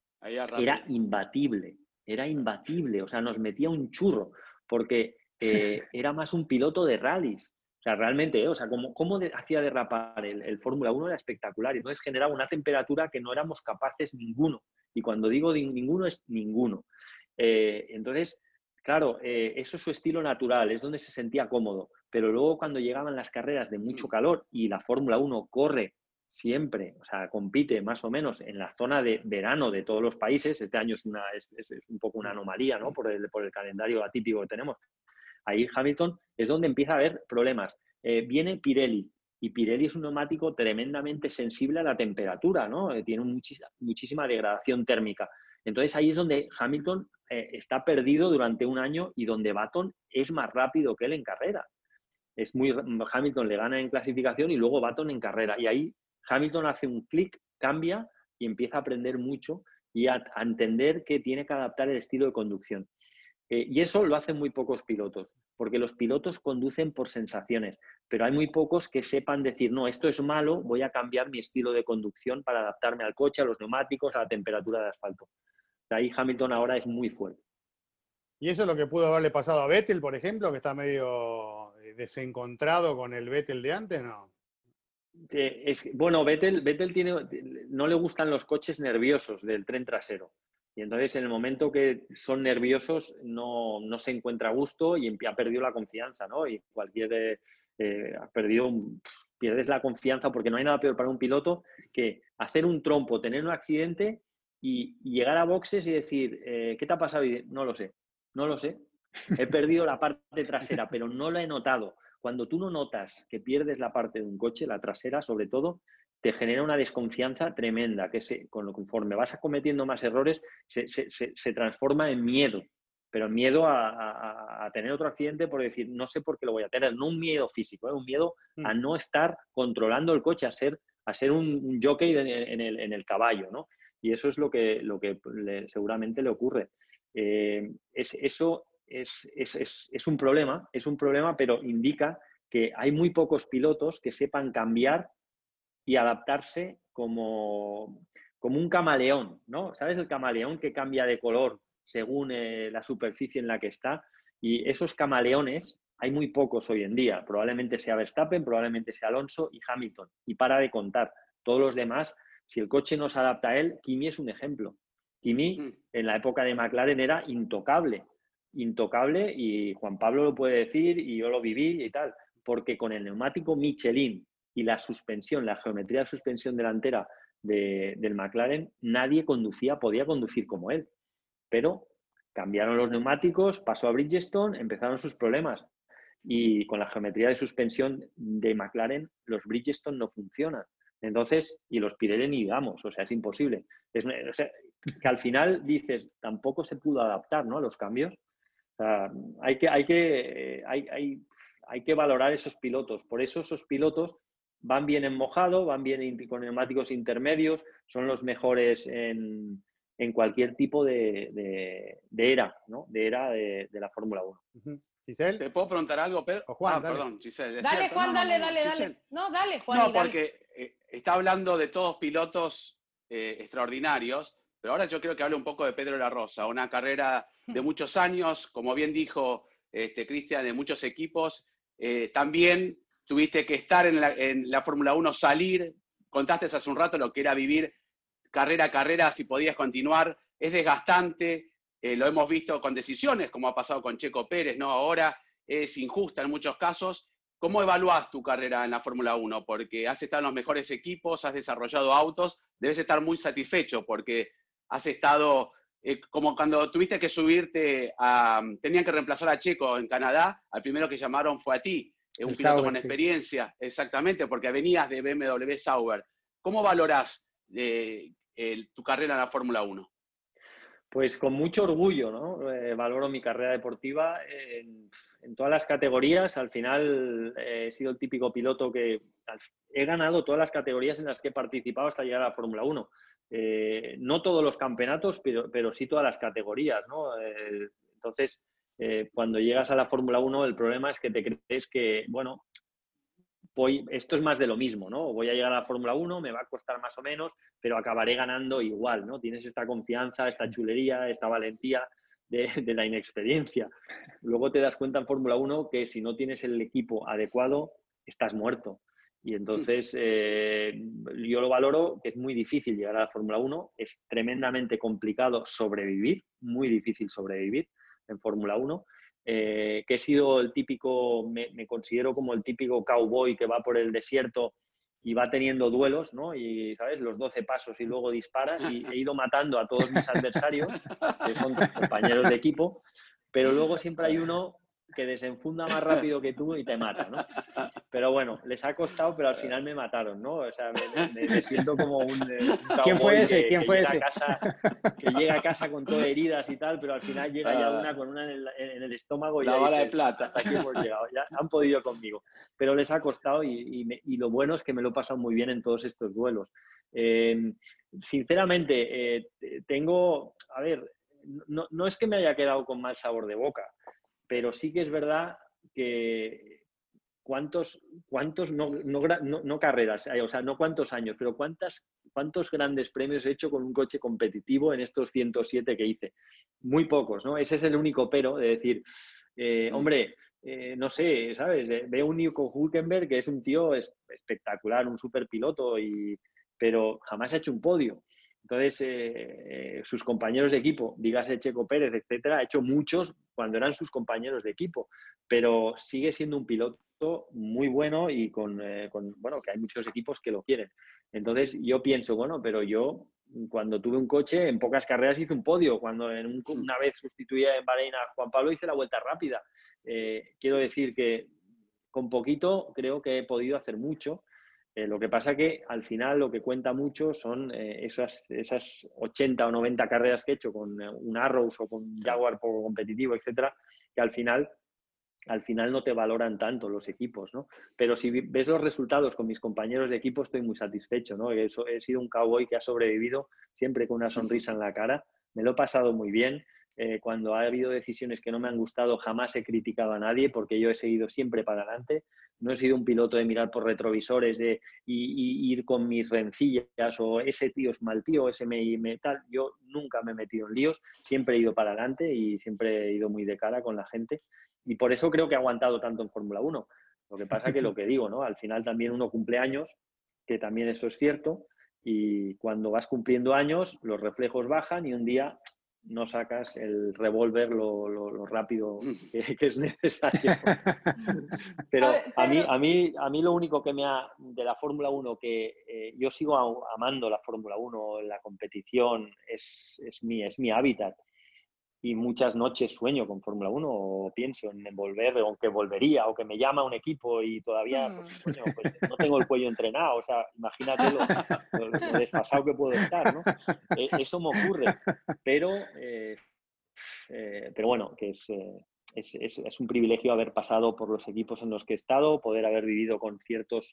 era imbatible, era imbatible, o sea, nos metía un churro, porque eh, era más un piloto de rallies. O sea, realmente, ¿eh? O sea, cómo, cómo de, hacía derrapar el, el Fórmula uno era espectacular. Y entonces generaba una temperatura que no éramos capaces ninguno. Y cuando digo de ninguno, es ninguno. Eh, entonces, claro, eh, eso es su estilo natural, es donde se sentía cómodo. Pero luego cuando llegaban las carreras de mucho calor y la Fórmula uno corre siempre, o sea, compite más o menos en la zona de verano de todos los países, este año es, una, es, es, es un poco una anomalía, ¿no? Por el, por el calendario atípico que tenemos. Ahí Hamilton es donde empieza a haber problemas. Eh, viene Pirelli, y Pirelli es un neumático tremendamente sensible a la temperatura, ¿no? Eh, tiene muchísima, muchísima degradación térmica. Entonces ahí es donde Hamilton eh, está perdido durante un año y donde Button es más rápido que él en carrera. Es muy, Hamilton le gana en clasificación y luego Button en carrera. Y ahí Hamilton hace un clic, cambia y empieza a aprender mucho y a, a entender que tiene que adaptar el estilo de conducción. Eh, y eso lo hacen muy pocos pilotos, porque los pilotos conducen por sensaciones, pero hay muy pocos que sepan decir, no, esto es malo, voy a cambiar mi estilo de conducción para adaptarme al coche, a los neumáticos, a la temperatura de asfalto. Ahí Hamilton ahora es muy fuerte. ¿Y eso es lo que pudo haberle pasado a Vettel, por ejemplo, que está medio desencontrado con el Vettel de antes, no? Es, bueno, Vettel, Vettel tiene, no le gustan los coches nerviosos del tren trasero. Y entonces, en el momento que son nerviosos, no, no se encuentra a gusto y ha perdido la confianza, ¿no? Y cualquier... Eh, ha perdido... Pierdes la confianza porque no hay nada peor para un piloto que hacer un trompo, tener un accidente y, y llegar a boxes y decir, eh, ¿qué te ha pasado? Y no lo sé, no lo sé. He perdido la parte trasera, pero no lo he notado. Cuando tú no notas que pierdes la parte de un coche, la trasera sobre todo, te genera una desconfianza tremenda, que se, con lo, conforme vas cometiendo más errores, se, se, se, se transforma en miedo, pero miedo a, a, a tener otro accidente por decir, no sé por qué lo voy a tener, no un miedo físico, ¿eh? Un miedo a no estar controlando el coche, a ser, a ser un, un jockey en, en, el, en el caballo, ¿no? Y eso es lo que, lo que le, seguramente le ocurre. Eh, es, eso es, es, es, es un problema, es un problema, pero indica que hay muy pocos pilotos que sepan cambiar y adaptarse como, como un camaleón, ¿no? ¿Sabes? El camaleón que cambia de color según eh, la superficie en la que está. Y esos camaleones hay muy pocos hoy en día. Probablemente sea Verstappen, probablemente sea Alonso y Hamilton. Y para de contar. Todos los demás, si el coche no se adapta a él, Kimi es un ejemplo. Kimi, mm. en la época de McLaren, era intocable. Intocable, y Juan Pablo lo puede decir, y yo lo viví y tal. Porque con el neumático Michelin y la suspensión, la geometría de suspensión delantera de, del McLaren, nadie conducía, podía conducir como él. Pero cambiaron los neumáticos, pasó a Bridgestone, empezaron sus problemas. Y con la geometría de suspensión de McLaren, los Bridgestone no funcionan. Entonces, y los Pirelli ni digamos, o sea, es imposible. Es, o sea, que al final dices, tampoco se pudo adaptar, ¿no?, a los cambios. O sea, hay que, hay que, hay, hay, hay que valorar esos pilotos. Por eso esos pilotos van bien en mojado, van bien con neumáticos intermedios, son los mejores en, en cualquier tipo de, de, de era, ¿no? De era de, de la Fórmula uno. Uh-huh. ¿Giselle? ¿Te puedo preguntar algo, Pedro? O Juan, ah, dale. perdón, Giselle. Dale, cierto. Juan, no, dale, no, dale, Giselle. dale. No, dale, Juan. No, dale. porque eh, está hablando de todos pilotos eh, extraordinarios, pero ahora yo quiero que hable un poco de Pedro La Rosa, una carrera de muchos años, como bien dijo este, Cristian, de muchos equipos. Eh, también tuviste que estar en la, en la Fórmula uno, salir, contaste hace un rato lo que era vivir carrera a carrera, si podías continuar, es desgastante, eh, lo hemos visto con decisiones, como ha pasado con Checo Pérez, ¿no? Ahora es injusta en muchos casos. ¿Cómo evaluás tu carrera en la Fórmula uno? Porque has estado en los mejores equipos, has desarrollado autos, debes estar muy satisfecho porque has estado, eh, como cuando tuviste que subirte, a, tenían que reemplazar a Checo en Canadá, al primero que llamaron fue a ti, eh, un El piloto Sauber, con sí. experiencia, exactamente, porque venías de B M W Sauber. ¿Cómo valorás eh, el, tu carrera en la Fórmula uno? Pues con mucho orgullo, ¿no? Eh, valoro mi carrera deportiva en, en todas las categorías. Al final eh, he sido el típico piloto que he ganado todas las categorías en las que he participado hasta llegar a la Fórmula uno. Eh, no todos los campeonatos, pero, pero sí todas las categorías, ¿no? Eh, entonces, eh, cuando llegas a la Fórmula uno, el problema es que te crees que, bueno, voy, esto es más de lo mismo, ¿no? Voy a llegar a la Fórmula uno, me va a costar más o menos, pero acabaré ganando igual, ¿no? Tienes esta confianza, esta chulería, esta valentía, de, de la inexperiencia. Luego te das cuenta en Fórmula uno que si no tienes el equipo adecuado, estás muerto. Y entonces eh, yo lo valoro, que es muy difícil llegar a la Fórmula uno, es tremendamente complicado sobrevivir, muy difícil sobrevivir en Fórmula uno, eh, que he sido el típico, me, me considero como el típico cowboy que va por el desierto y va teniendo duelos, ¿no? Y, ¿sabes? Los doce pasos y luego disparas, y he ido matando a todos mis adversarios, que son compañeros de equipo, pero luego siempre hay uno que desenfunda más rápido que tú y te mata, ¿no? Pero bueno, les ha costado, pero al final me mataron, ¿no? O sea, me, me, me siento como un, un ¿Quién fue ese? que, ¿Quién que fue llega ese? A casa, que llega a casa con todo heridas y tal, pero al final llega ya una con una en el, en el estómago y la ya bala dices, de plata. hasta aquí hemos llegado. Ya han podido conmigo, pero les ha costado y, y, me, y lo bueno es que me lo he pasado muy bien en todos estos duelos. Eh, sinceramente, eh, tengo, a ver, no, no es que me haya quedado con mal sabor de boca, pero sí que es verdad que cuántos, cuántos no, no, no, no carreras, o sea, no cuántos años, pero cuántas, cuántos grandes premios he hecho con un coche competitivo en estos ciento siete que hice. Muy pocos, ¿no? Ese es el único pero de decir, eh, hombre, eh, no sé, ¿sabes? Veo un Nico Hülkenberg que es un tío espectacular, un superpiloto, y, pero jamás ha hecho un podio. Entonces, eh, sus compañeros de equipo, dígase Checo Pérez, etcétera, ha hecho muchos cuando eran sus compañeros de equipo, pero sigue siendo un piloto muy bueno y con, eh, con, bueno, que hay muchos equipos que lo quieren. Entonces, yo pienso, bueno, pero yo cuando tuve un coche, en pocas carreras hice un podio. Cuando en un, una vez sustituía en Bahrein a Juan Pablo, hice la vuelta rápida. Eh, quiero decir que con poquito creo que he podido hacer mucho. Eh, lo que pasa que al final lo que cuenta mucho son eh, esas, esas ochenta o noventa carreras que he hecho con eh, un Arrows o con un Jaguar poco competitivo, etcétera, que al final, al final no te valoran tanto los equipos, ¿no? Pero si ves los resultados con mis compañeros de equipo, estoy muy satisfecho, ¿no? Eso, he sido un cowboy que ha sobrevivido siempre con una sonrisa en la cara. Me lo he pasado muy bien. Eh, cuando ha habido decisiones que no me han gustado, jamás he criticado a nadie porque yo he seguido siempre para adelante. No he sido un piloto de mirar por retrovisores de, y, y ir con mis rencillas o ese tío es mal tío, ese me, me tal. Yo nunca me he metido en líos, siempre he ido para adelante y siempre he ido muy de cara con la gente. Y por eso creo que he aguantado tanto en Fórmula uno. Lo que pasa que lo que digo, ¿no? Al final también uno cumple años, que también eso es cierto, y cuando vas cumpliendo años, los reflejos bajan y un día no sacas el revólver lo, lo, lo rápido que, que es necesario. Pero a mí, a, mí, a mí lo único que me ha, de la Fórmula uno, que eh, yo sigo amando la Fórmula uno, la competición, es, es, mi, es mi hábitat. Y muchas noches sueño con Fórmula uno o pienso en volver, o que volvería, o que me llama un equipo y todavía, pues, coño, pues no tengo el cuello entrenado. O sea, imagínate lo, lo, lo desfasado que puedo estar, ¿no? Eh, eso me ocurre. Pero, eh, eh, pero bueno, que es, eh, es, es, es un privilegio haber pasado por los equipos en los que he estado, poder haber vivido con ciertos...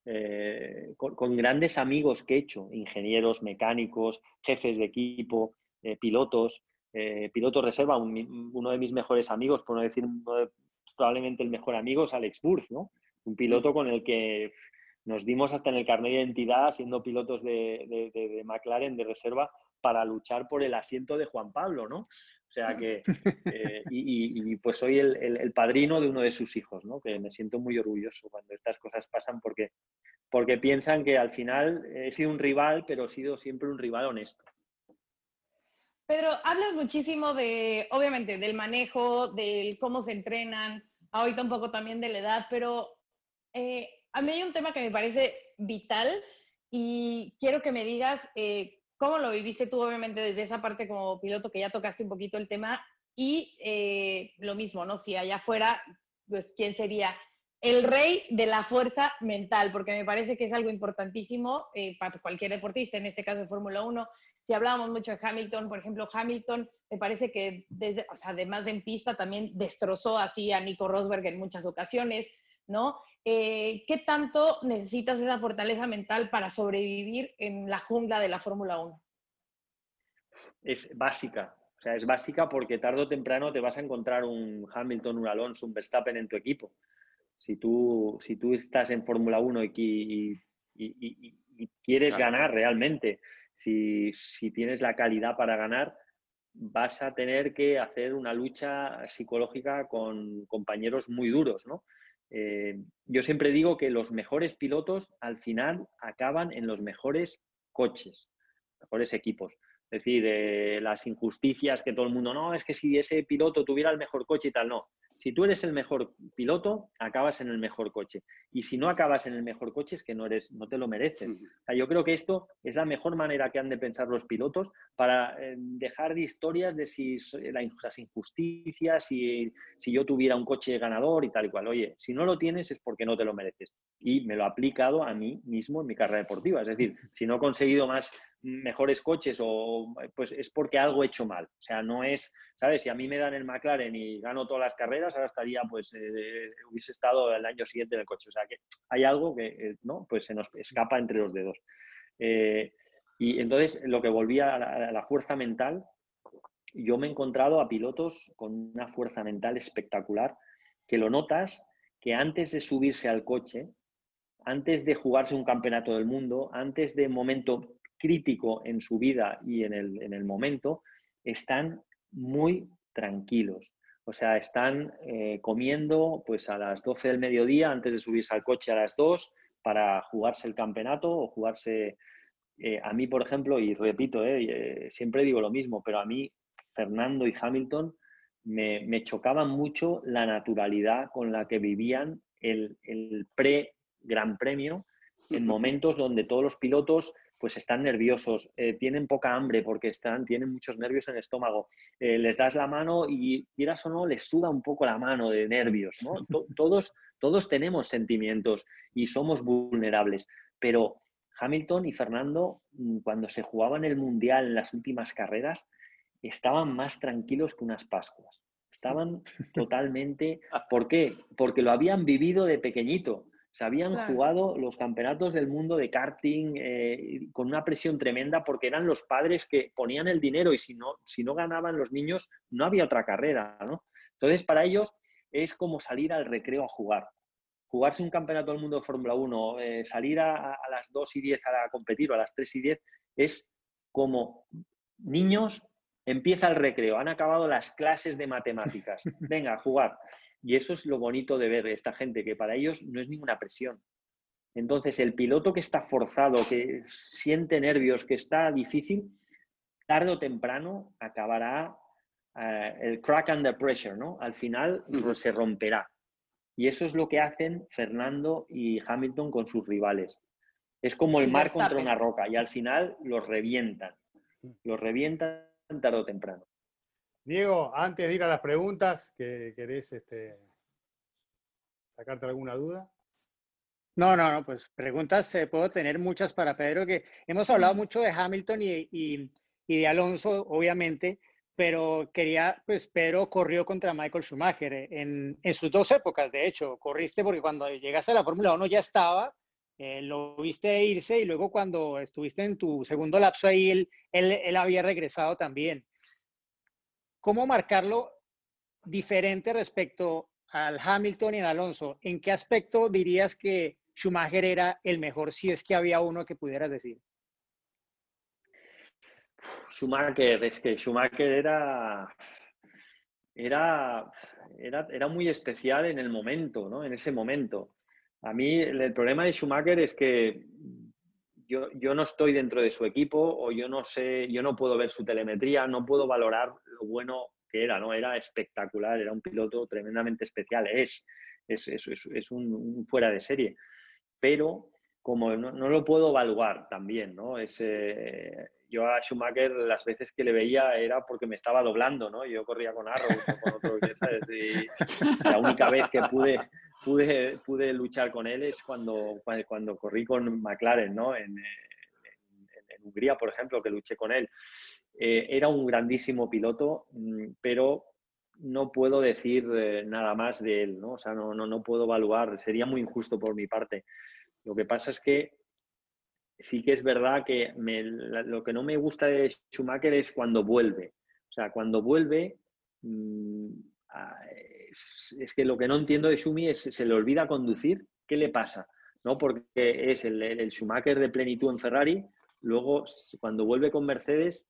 Eh, con, con grandes amigos que he hecho, ingenieros, mecánicos, jefes de equipo, eh, pilotos. Eh, piloto reserva, un, uno de mis mejores amigos, por no decir uno de, probablemente el mejor amigo, es Alex Burz, ¿no? Un piloto con el que nos dimos hasta en el carnet de identidad, siendo pilotos de, de, de, de McLaren de reserva, para luchar por el asiento de Juan Pablo, ¿no? O sea que, eh, y, y, y pues soy el, el, el padrino de uno de sus hijos, ¿no? Que me siento muy orgulloso cuando estas cosas pasan porque, porque piensan que al final he sido un rival, pero he sido siempre un rival honesto. Pedro, hablas muchísimo de, obviamente, del manejo, del cómo se entrenan, ahorita un poco también de la edad, pero eh, a mí hay un tema que me parece vital y quiero que me digas eh, cómo lo viviste tú, obviamente, desde esa parte como piloto que ya tocaste un poquito el tema y eh, lo mismo, ¿no? Si allá afuera, pues, ¿quién sería el rey de la fuerza mental? Porque me parece que es algo importantísimo eh, para cualquier deportista, en este caso de Fórmula uno. Si hablábamos mucho de Hamilton, por ejemplo, Hamilton me parece que, desde, o sea, además de en pista, también destrozó así a Nico Rosberg en muchas ocasiones, ¿no? Eh, ¿Qué tanto necesitas esa fortaleza mental para sobrevivir en la jungla de la Fórmula uno? Es básica, o sea, es básica porque tarde o temprano te vas a encontrar un Hamilton, un Alonso, un Verstappen en tu equipo. Si tú, si tú estás en Fórmula uno y, y, y, y, y quieres claro. ganar realmente, si, si tienes la calidad para ganar, vas a tener que hacer una lucha psicológica con compañeros muy duros, ¿no? Eh, yo siempre digo que los mejores pilotos al final acaban en los mejores coches, mejores equipos. Es decir, eh, las injusticias que todo el mundo, no, es que si ese piloto tuviera el mejor coche y tal, no. Si tú eres el mejor piloto, acabas en el mejor coche. Y si no acabas en el mejor coche, es que no, eres, no te lo mereces. O sea, yo creo que esto es la mejor manera que han de pensar los pilotos para eh, dejar de historias de si la, las injusticias, si, si yo tuviera un coche ganador y tal y cual. Oye, si no lo tienes es porque no te lo mereces. Y me lo he aplicado a mí mismo en mi carrera deportiva. Es decir, si no he conseguido más mejores coches o pues es porque algo he hecho mal. O sea, no es, ¿sabes? Si a mí me dan el McLaren y gano todas las carreras, ahora estaría, pues, eh, hubiese estado el año siguiente en el coche. O sea, que hay algo que, eh, ¿no? Pues se nos escapa entre los dedos. Eh, y entonces, lo que volvía a la, a la fuerza mental, yo me he encontrado a pilotos con una fuerza mental espectacular, que lo notas que antes de subirse al coche, antes de jugarse un campeonato del mundo, antes de un momento crítico en su vida y en el, en el momento, están muy tranquilos. O sea, están eh, comiendo pues a las doce del mediodía antes de subirse al coche a las dos para jugarse el campeonato o jugarse... Eh, a mí, por ejemplo, y repito, eh, eh, siempre digo lo mismo, pero a mí, Fernando y Hamilton, me, me chocaban mucho la naturalidad con la que vivían el, el pre-Gran Premio en momentos donde todos los pilotos pues están nerviosos, eh, tienen poca hambre porque están, tienen muchos nervios en el estómago, eh, les das la mano y quieras o no, les suda un poco la mano de nervios, ¿no? Todos, todos tenemos sentimientos y somos vulnerables, pero Hamilton y Fernando, cuando se jugaban el Mundial en las últimas carreras, estaban más tranquilos que unas Pascuas. Estaban totalmente... ¿Por qué? Porque lo habían vivido de pequeñito. Se habían claro. jugado los campeonatos del mundo de karting eh, con una presión tremenda porque eran los padres que ponían el dinero y si no, si no ganaban los niños no había otra carrera, ¿no? Entonces, para ellos es como salir al recreo a jugar. Jugarse un campeonato del mundo de Fórmula uno, eh, salir a, a las dos y diez a competir o a las tres y diez, es como niños, empieza el recreo, han acabado las clases de matemáticas, venga, a jugar. Y eso es lo bonito de ver esta gente, que para ellos no es ninguna presión. Entonces, el piloto que está forzado, que siente nervios, que está difícil, tarde o temprano acabará uh, el crack under pressure, ¿no? Al final uh-huh. se romperá. Y eso es lo que hacen Fernando y Hamilton con sus rivales. Es como el mar contra una roca y al final los revientan. Los revientan tarde o temprano. Diego, antes de ir a las preguntas, ¿que querés este, sacarte alguna duda? No, no, no, pues preguntas eh, puedo tener muchas para Pedro, que hemos hablado mucho de Hamilton y, y, y de Alonso, obviamente, pero quería, pues Pedro corrió contra Michael Schumacher en, en sus dos épocas, de hecho, corriste porque cuando llegaste a la Fórmula uno ya estaba, eh, lo viste irse y luego cuando estuviste en tu segundo lapso ahí, él, él, él había regresado también. ¿Cómo marcarlo diferente respecto al Hamilton y al Alonso? ¿En qué aspecto dirías que Schumacher era el mejor, si es que había uno que pudieras decir? Schumacher, es que Schumacher era, era, era, era muy especial en el momento, ¿no? En ese momento. A mí el problema de Schumacher es que yo, yo no estoy dentro de su equipo o yo no sé, yo no puedo ver su telemetría, no puedo valorar lo bueno que era, ¿no? Era espectacular, era un piloto tremendamente especial, es, es, es, es, es un, un fuera de serie. Pero como no, no lo puedo evaluar también, ¿no? Es, eh, yo a Schumacher las veces que le veía era porque me estaba doblando, ¿no? Yo corría con Arrows o con otro, ¿sabes? Y la única vez que pude, pude, pude luchar con él es cuando, cuando corrí con McLaren, ¿no? En, en, en Hungría, por ejemplo, que luché con él. Eh, era un grandísimo piloto, pero no puedo decir eh, nada más de él, ¿no? O sea, no, no, no puedo evaluar, sería muy injusto por mi parte. Lo que pasa es que sí que es verdad que me, lo que no me gusta de Schumacher es cuando vuelve. O sea, cuando vuelve, mmm, es, es que lo que no entiendo de Schumi es, se le olvida conducir. ¿Qué le pasa? ¿No? Porque es el, el Schumacher de plenitud en Ferrari, luego cuando vuelve con Mercedes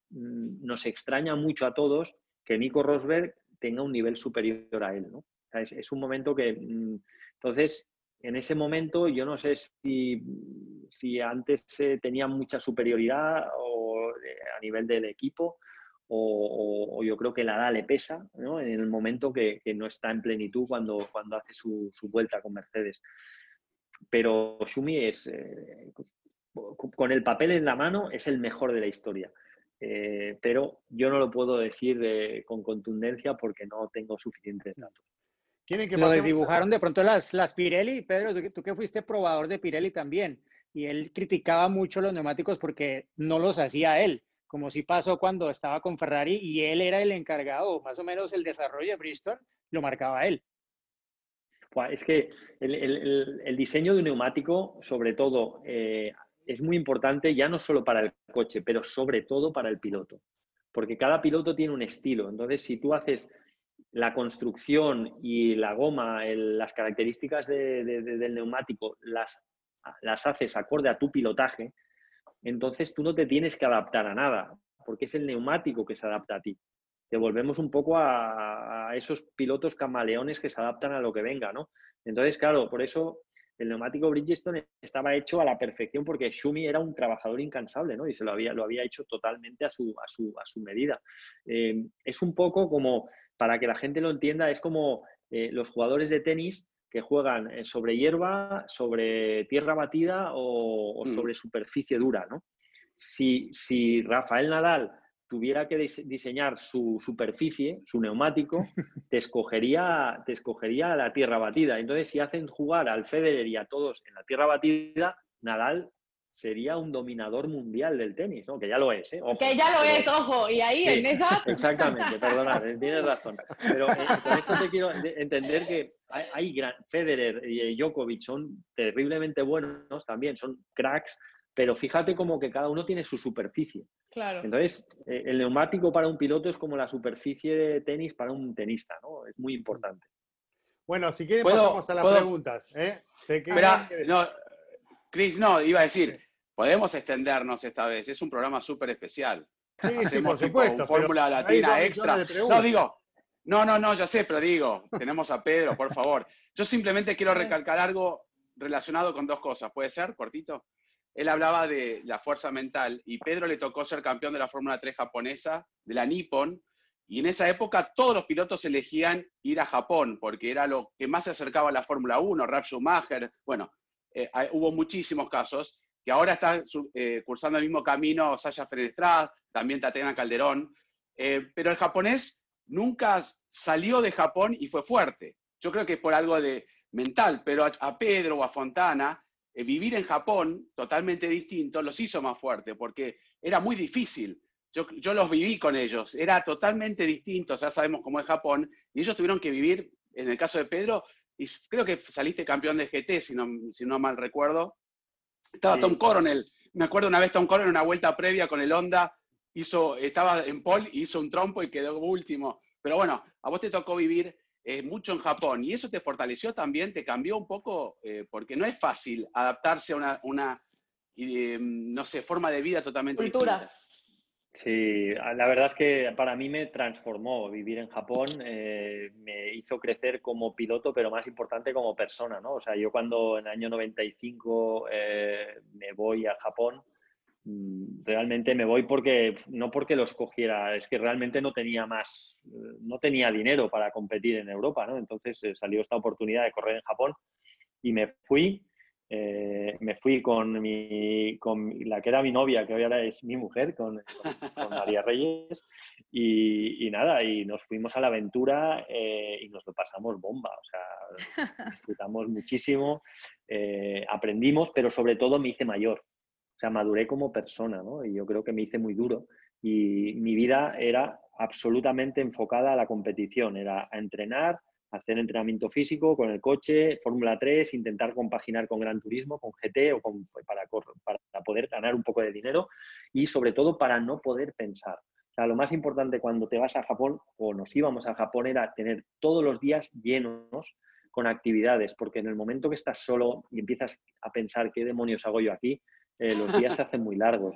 nos extraña mucho a todos que Nico Rosberg tenga un nivel superior a él, ¿no? O sea, es, es un momento que... Entonces, en ese momento yo no sé si, si antes eh, tenía mucha superioridad o, eh, a nivel del equipo o, o, o yo creo que la edad le pesa, ¿no? En el momento que, que no está en plenitud cuando, cuando hace su, su vuelta con Mercedes. Pero Schumi es, eh, con el papel en la mano, es el mejor de la historia. Eh, pero yo no lo puedo decir eh, con contundencia porque no tengo suficientes datos. ¿Quieren que lo desdibujaron de pronto las, las Pirelli? Pedro, tú, tú que fuiste probador de Pirelli también, y él criticaba mucho los neumáticos porque no los hacía él, como sí pasó cuando estaba con Ferrari y él era el encargado, más o menos el desarrollo de Bristol lo marcaba él. Es que el, el, el diseño de un neumático, sobre todo, eh, es muy importante ya no solo para el coche, pero sobre todo para el piloto. Porque cada piloto tiene un estilo. Entonces, si tú haces la construcción y la goma, el, las características de, de, de, del neumático, las, las haces acorde a tu pilotaje, entonces tú no te tienes que adaptar a nada, porque es el neumático que se adapta a ti. Te volvemos un poco a, a esos pilotos camaleones que se adaptan a lo que venga, ¿no? Entonces, claro, por eso el neumático Bridgestone estaba hecho a la perfección porque Schumi era un trabajador incansable, ¿no? Y se lo había, lo había hecho totalmente a su, a su, a su medida. Eh, es un poco como, para que la gente lo entienda, es como eh, los jugadores de tenis que juegan sobre hierba, sobre tierra batida o, o sobre superficie dura, ¿no? Si, si Rafael Nadal tuviera que diseñar su superficie, su neumático, te escogería, te escogería la tierra batida. Entonces, si hacen jugar al Federer y a todos en la tierra batida, Nadal sería un dominador mundial del tenis, ¿no? Que ya lo es, ¿eh? Ojo, que ya lo pero... es, ojo, y ahí sí, en esa... Exactamente, perdonad, tienes razón. Pero eh, con esto te quiero entender que hay, hay gran... Federer y Djokovic son terriblemente buenos también, son cracks, pero fíjate como que cada uno tiene su superficie. Claro. Entonces, eh, el neumático para un piloto es como la superficie de tenis para un tenista, ¿no? Es muy importante. Bueno, si quieren pasamos a las ¿puedo? preguntas. ¿eh? Espera, no, Chris, no, iba a decir, podemos extendernos esta vez, es un programa súper especial. Sí, Hacemos sí, por tipo supuesto. un Fórmula Latina extra. No, digo, no, no, no, ya sé, pero digo, tenemos a Pedro, por favor. Yo simplemente quiero recalcar algo relacionado con dos cosas, ¿puede ser, cortito? Él hablaba de la fuerza mental y Pedro le tocó ser campeón de la Fórmula tres japonesa, de la Nippon, y en esa época todos los pilotos elegían ir a Japón porque era lo que más se acercaba a la Fórmula uno, Ralf Schumacher, bueno, eh, hay, hubo muchísimos casos, que ahora está eh, cursando el mismo camino Sasha Fenestrad, también Tatiana Calderón, eh, pero el japonés nunca salió de Japón y fue fuerte. Yo creo que es por algo de mental, pero a, a Pedro o a Fontana, eh, vivir en Japón totalmente distinto los hizo más fuerte, porque era muy difícil. Yo, yo los viví con ellos, era totalmente distinto, ya sabemos cómo es Japón, y ellos tuvieron que vivir, en el caso de Pedro, y creo que saliste campeón de G T, si no, si no mal recuerdo. Estaba sí. Tom Coronel, me acuerdo una vez Tom Coronel en una vuelta previa con el Honda, hizo, estaba en pole, hizo un trompo y quedó último. Pero bueno, a vos te tocó vivir eh, mucho en Japón, y eso te fortaleció también, te cambió un poco, eh, porque no es fácil adaptarse a una, una eh, no sé, forma de vida totalmente Cultura. distinta. Sí, la verdad es que para mí me transformó vivir en Japón, eh, me hizo crecer como piloto, pero más importante como persona, ¿no? O sea, yo cuando en el año noventa y cinco eh, me voy a Japón, realmente me voy porque, no porque lo escogiera, es que realmente no tenía más, no tenía dinero para competir en Europa, ¿no? Entonces eh, salió esta oportunidad de correr en Japón y me fui. Eh, me fui con, mi, con la que era mi novia, que hoy ahora es mi mujer, con, con, con María Reyes, y, y nada, y nos fuimos a la aventura eh, y nos lo pasamos bomba, o sea, disfrutamos muchísimo, eh, aprendimos, pero sobre todo me hice mayor, o sea, maduré como persona, ¿no? Y yo creo que me hice muy duro, y mi vida era absolutamente enfocada a la competición, era a entrenar, hacer entrenamiento físico con el coche, Fórmula tres, intentar compaginar con Gran Turismo, con G T o con, para, para poder ganar un poco de dinero y sobre todo para no poder pensar. O sea, lo más importante cuando te vas a Japón o nos íbamos a Japón era tener todos los días llenos con actividades, porque en el momento que estás solo y empiezas a pensar qué demonios hago yo aquí, eh, los días se hacen muy largos, ¿no?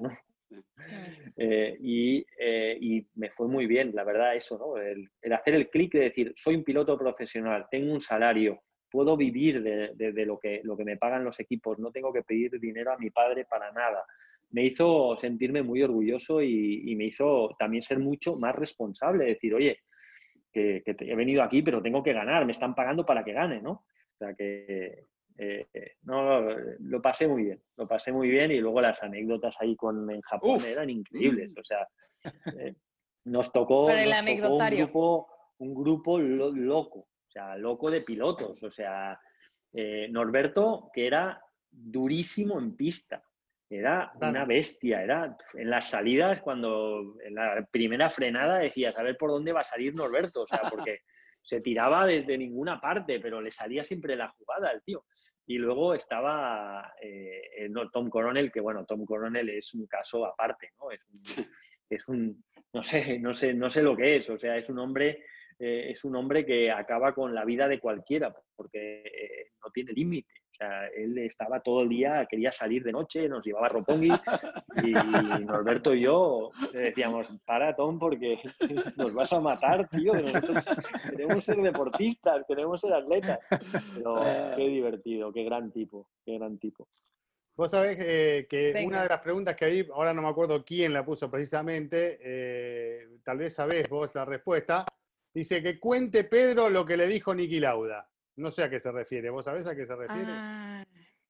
Eh, y, eh, y me fue muy bien, la verdad, eso, ¿no? El, el hacer el clic de decir, soy un piloto profesional, tengo un salario, puedo vivir de, de, de lo, que, lo que me pagan los equipos, no tengo que pedir dinero a mi padre para nada. Me hizo sentirme muy orgulloso y, y me hizo también ser mucho más responsable, decir, oye, que, que he venido aquí, pero tengo que ganar, me están pagando para que gane, ¿no? O sea que eh, no, lo pasé muy bien, lo pasé muy bien y luego las anécdotas ahí con, en Japón Uf. eran increíbles, o sea, eh, nos tocó, para el nos tocó un grupo, un grupo lo, loco, o sea, loco de pilotos, o sea, eh, Norberto, que era durísimo en pista, era una bestia, era en las salidas, cuando en la primera frenada decías, a ver por dónde va a salir Norberto, o sea, porque se tiraba desde ninguna parte, pero le salía siempre la jugada al tío. Y luego estaba eh, no, Tom Coronel, que bueno, Tom Coronel es un caso aparte, ¿no? Es un, es un no sé, no sé, no sé lo que es, o sea, es un hombre, eh, es un hombre que acaba con la vida de cualquiera, porque eh, no tiene límite. O sea, él estaba todo el día, quería salir de noche, nos llevaba a Roppongi y Norberto y yo le decíamos, para Tom, porque nos vas a matar, tío, que nosotros queremos ser deportistas, queremos ser atletas. Pero qué divertido, qué gran tipo, qué gran tipo. Vos sabés eh, que Venga. Una de las preguntas que ahí, ahora no me acuerdo quién la puso precisamente, eh, tal vez sabés vos la respuesta, dice que cuente Pedro lo que le dijo Niki Lauda. No sé a qué se refiere. ¿Vos sabés a qué se refiere? Ah.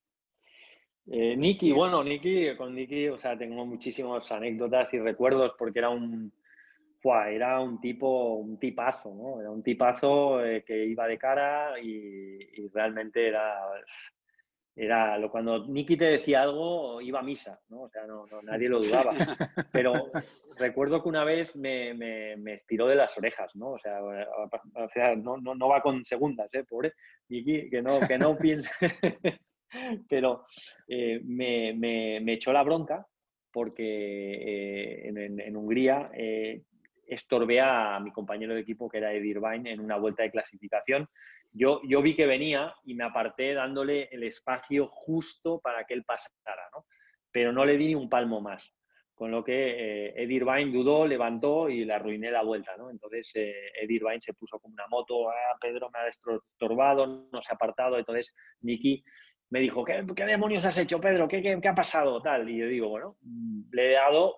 Eh, Niki, sí. Bueno, Niki, con Niki, o sea, tengo muchísimas anécdotas y recuerdos porque era un, ¡fua! Era un tipo, un tipazo, ¿no? Era un tipazo eh, que iba de cara y, y realmente era, era lo, cuando Niki te decía algo, iba a misa, ¿no? O sea, no, no, nadie lo dudaba. Pero recuerdo que una vez me, me, me estiró de las orejas, ¿no? O sea, o sea no, no, no va con segundas, ¿eh? Pobre Niki, que no, que no piense. Pero eh, me, me, me echó la bronca porque eh, en, en, en Hungría eh, estorbé a mi compañero de equipo, que era Eddie Irvine, en una vuelta de clasificación. Yo, yo vi que venía y me aparté dándole el espacio justo para que él pasara, ¿no? Pero no le di ni un palmo más. Con lo que eh, Eddie Irvine dudó, levantó y le arruiné la vuelta, ¿no? Entonces eh, Eddie Irvine se puso como una moto, ah, Pedro me ha estorbado, no se ha apartado. Entonces Niki me dijo, ¿qué, ¿qué demonios has hecho, Pedro? ¿Qué, qué, ¿Qué ha pasado? Tal. Y yo digo, bueno, le he dado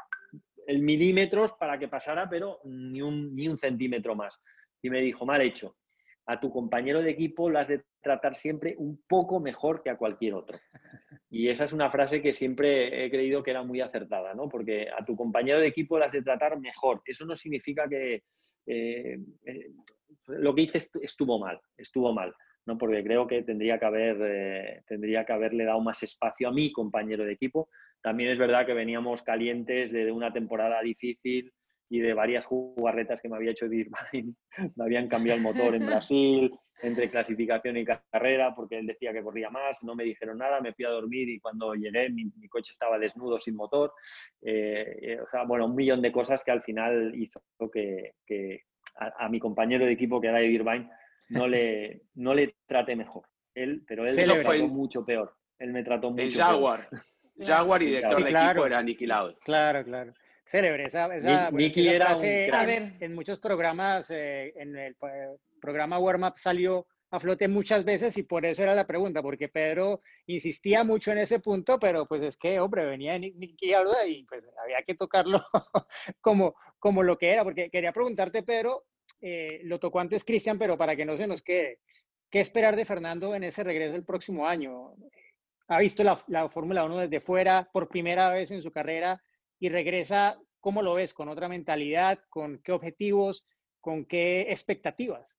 el milímetros para que pasara, pero ni un, ni un centímetro más. Y me dijo, mal hecho. A tu compañero de equipo lo has de tratar siempre un poco mejor que a cualquier otro. Y esa es una frase que siempre he creído que era muy acertada, ¿no? Porque a tu compañero de equipo lo has de tratar mejor. Eso no significa que eh, eh, lo que hice estuvo mal, estuvo mal. ¿No? Porque creo que tendría que, haber, eh, tendría que haberle dado más espacio a mi compañero de equipo. También es verdad que veníamos calientes de una temporada difícil y de varias jugarretas que me había hecho Irvine. Me habían cambiado el motor en Brasil, entre clasificación y carrera, porque él decía que corría más, no me dijeron nada, me fui a dormir y cuando llegué mi, mi coche estaba desnudo, sin motor. Eh, eh, o sea, bueno, un millón de cosas que al final hizo que, que a, a mi compañero de equipo, que era Irvine, no le, no le traté mejor. Él, pero él Eso me fue trató el, mucho peor. Él me trató mucho el Jaguar. peor. Jaguar y director sí, de claro, equipo era Niki Lauda. Claro, claro. Célebre. Esa, esa, bueno, Niki esa era frase, un crack. a ver, en muchos programas, eh, en el eh, programa Warm Up salió a flote muchas veces y por eso era la pregunta, porque Pedro insistía mucho en ese punto, pero pues es que, hombre, venía de Niki Lauda y pues había que tocarlo como, como lo que era, porque quería preguntarte, Pedro, eh, lo tocó antes Cristian, pero para que no se nos quede, ¿qué esperar de Fernando en ese regreso el próximo año? Ha visto la, la Fórmula uno desde fuera por primera vez en su carrera y regresa, ¿cómo lo ves? ¿Con otra mentalidad? ¿Con qué objetivos? ¿Con qué expectativas?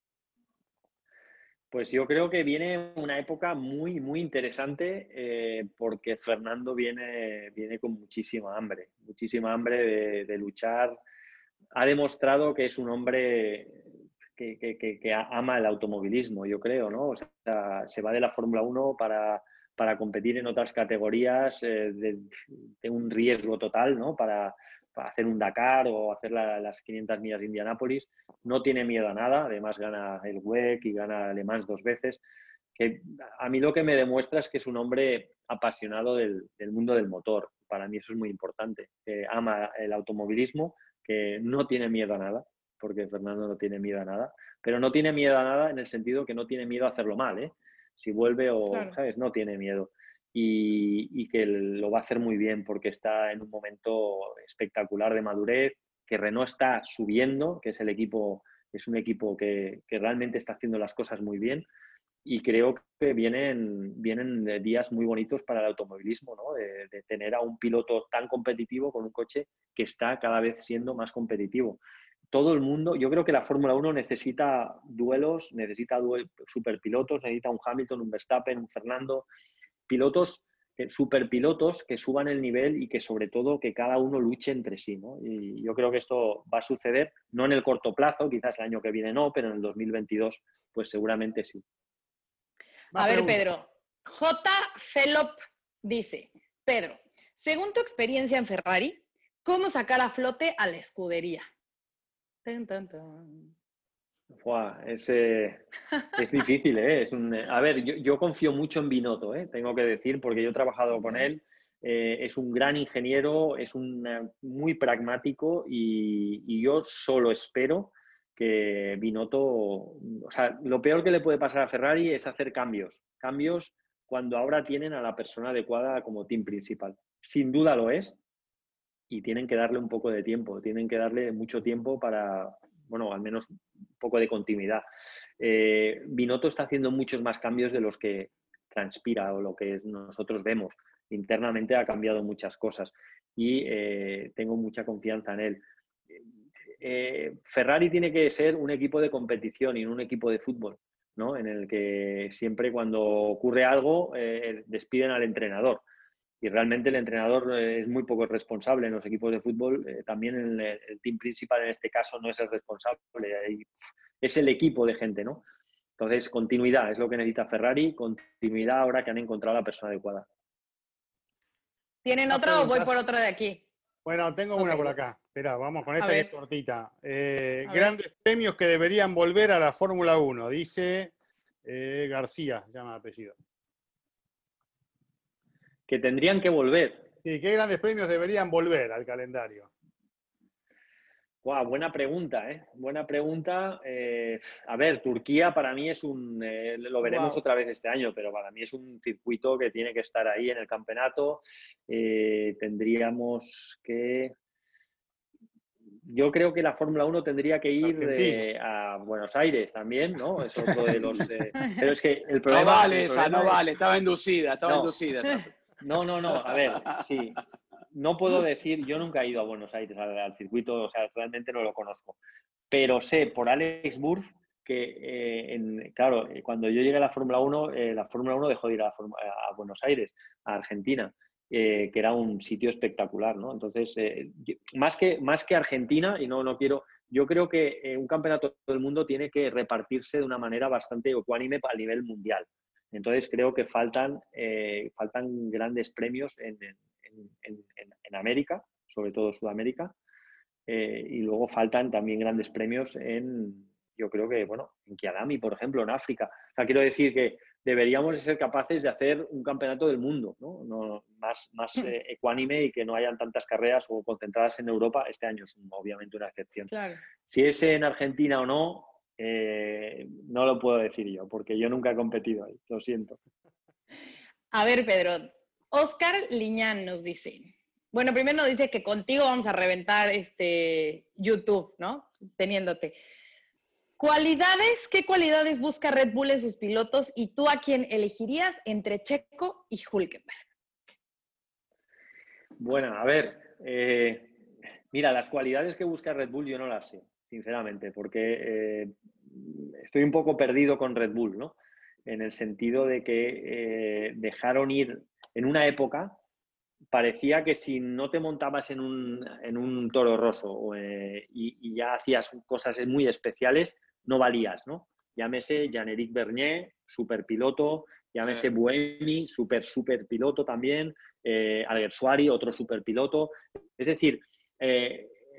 Pues yo creo que viene una época muy, muy interesante eh, porque Fernando viene, viene con muchísima hambre, muchísima hambre de, de luchar. Ha demostrado que es un hombre que, que, que, que ama el automovilismo, yo creo, ¿no? O sea, se va de la Fórmula uno para, para competir en otras categorías eh, de, de un riesgo total, ¿no? Para, para hacer un Dakar o hacer la, las quinientas millas de Indianápolis. No tiene miedo a nada, además gana el W E C y gana Le Mans dos veces. Que a mí lo que me demuestra es que es un hombre apasionado del, del mundo del motor. para mí eso es muy importante. Que ama el automovilismo, que no tiene miedo a nada, porque Fernando no tiene miedo a nada, pero no tiene miedo a nada en el sentido que no tiene miedo a hacerlo mal, ¿eh? Si vuelve o, Claro. ¿sabes? No tiene miedo. Y, y que lo va a hacer muy bien porque está en un momento espectacular de madurez, que Renault está subiendo, que es el equipo, es un equipo que, que realmente está haciendo las cosas muy bien. Y creo que vienen, vienen días muy bonitos para el automovilismo, ¿no? De, de tener a un piloto tan competitivo con un coche que está cada vez siendo más competitivo. Todo el mundo, yo creo que la Fórmula uno necesita duelos, necesita duel, superpilotos, necesita un Hamilton, un Verstappen, un Fernando, pilotos, superpilotos que suban el nivel y que sobre todo que cada uno luche entre sí, ¿no? Y yo creo que esto va a suceder, no en el corto plazo, quizás el año que viene no, pero en el dos mil veintidós pues seguramente sí. A ver, Pedro, J. Felop dice, Pedro, según tu experiencia en Ferrari, ¿cómo sacar a flote a la escudería? Tan, tan, tan. Fua, es, eh, es difícil, ¿eh? Es un, a ver, yo, yo confío mucho en Binotto, ¿eh? Tengo que decir, porque yo he trabajado con él, eh, es un gran ingeniero, es un, uh, muy pragmático y, y yo solo espero que Binotto, o sea, lo peor que le puede pasar a Ferrari es hacer cambios, cambios cuando ahora tienen a la persona adecuada como team principal. Sin duda lo es y tienen que darle un poco de tiempo, tienen que darle mucho tiempo para, bueno, al menos un poco de continuidad. Eh, Binotto está haciendo muchos más cambios de los que transpira o lo que nosotros vemos. Internamente ha cambiado muchas cosas y eh, tengo mucha confianza en él. Eh, Ferrari tiene que ser un equipo de competición y no un equipo de fútbol, ¿no? En el que siempre cuando ocurre algo eh, despiden al entrenador. Y realmente el entrenador es muy poco responsable en los equipos de fútbol. Eh, también el, el team principal en este caso no es el responsable, es el equipo de gente, ¿no? Entonces, continuidad es lo que necesita Ferrari, continuidad ahora que han encontrado a la persona adecuada. ¿Tienen otro o voy por otro de aquí? Bueno, tengo okay. una por acá. Espera, vamos con esta que es cortita. Eh, grandes ver. premios que deberían volver a la Fórmula uno, dice eh, García, se llama el apellido. Que tendrían que volver. Sí, ¿qué grandes premios deberían volver al calendario? Wow, buena pregunta, ¿eh? Buena pregunta. Eh, a ver, Turquía para mí es un... Eh, lo veremos wow. otra vez este año, pero para mí es un circuito que tiene que estar ahí en el campeonato. Eh, tendríamos que... Yo creo que la Fórmula uno tendría que ir eh, a Buenos Aires también, ¿no? Es otro de los... Eh... Pero es que el problema... No vale el esa, problema no es... vale. Estaba inducida, estaba no. inducida. No, no, no. A ver, sí. No puedo decir, yo nunca he ido a Buenos Aires al, al circuito, o sea, realmente no lo conozco. Pero sé por Alex Burff que, eh, en, claro, cuando yo llegué a la Fórmula uno, eh, la Fórmula uno dejó de ir a, a Buenos Aires, a Argentina, eh, que era un sitio espectacular, ¿no? Entonces, eh, más, que, más que Argentina, y no, no quiero, yo creo que eh, un campeonato del mundo tiene que repartirse de una manera bastante ecuánime a nivel mundial. Entonces, creo que faltan, eh, faltan grandes premios en, en En, en, en América, sobre todo Sudamérica, eh, y luego faltan también grandes premios en, yo creo que, bueno, en Kiagami, por ejemplo, en África. O sea, quiero decir que deberíamos ser capaces de hacer un campeonato del mundo, ¿no? No, más más eh, ecuánime y que no hayan tantas carreras o concentradas en Europa. Este año es un, obviamente una excepción. Claro. Si es en Argentina o no, eh, no lo puedo decir yo, porque yo nunca he competido ahí, lo siento. A ver, Pedro, Oscar Liñán nos dice, bueno, primero nos dice que contigo vamos a reventar este YouTube, ¿no? Teniéndote. ¿Cualidades? ¿Qué cualidades busca Red Bull en sus pilotos y tú a quién elegirías entre Checo y Hülkenberg? Bueno, a ver, eh, mira, las cualidades que busca Red Bull yo no las sé, sinceramente, porque eh, estoy un poco perdido con Red Bull, ¿no? En el sentido de que eh, dejaron ir... En una época parecía que si no te montabas en un, en un toro rosso eh, y, y ya hacías cosas muy especiales, no valías, ¿no? Llámese Jean-Éric Vergne, super piloto, llámese eh. Buemi, super, super piloto también, eh, Alguersuari, otro super piloto. Es decir, eh,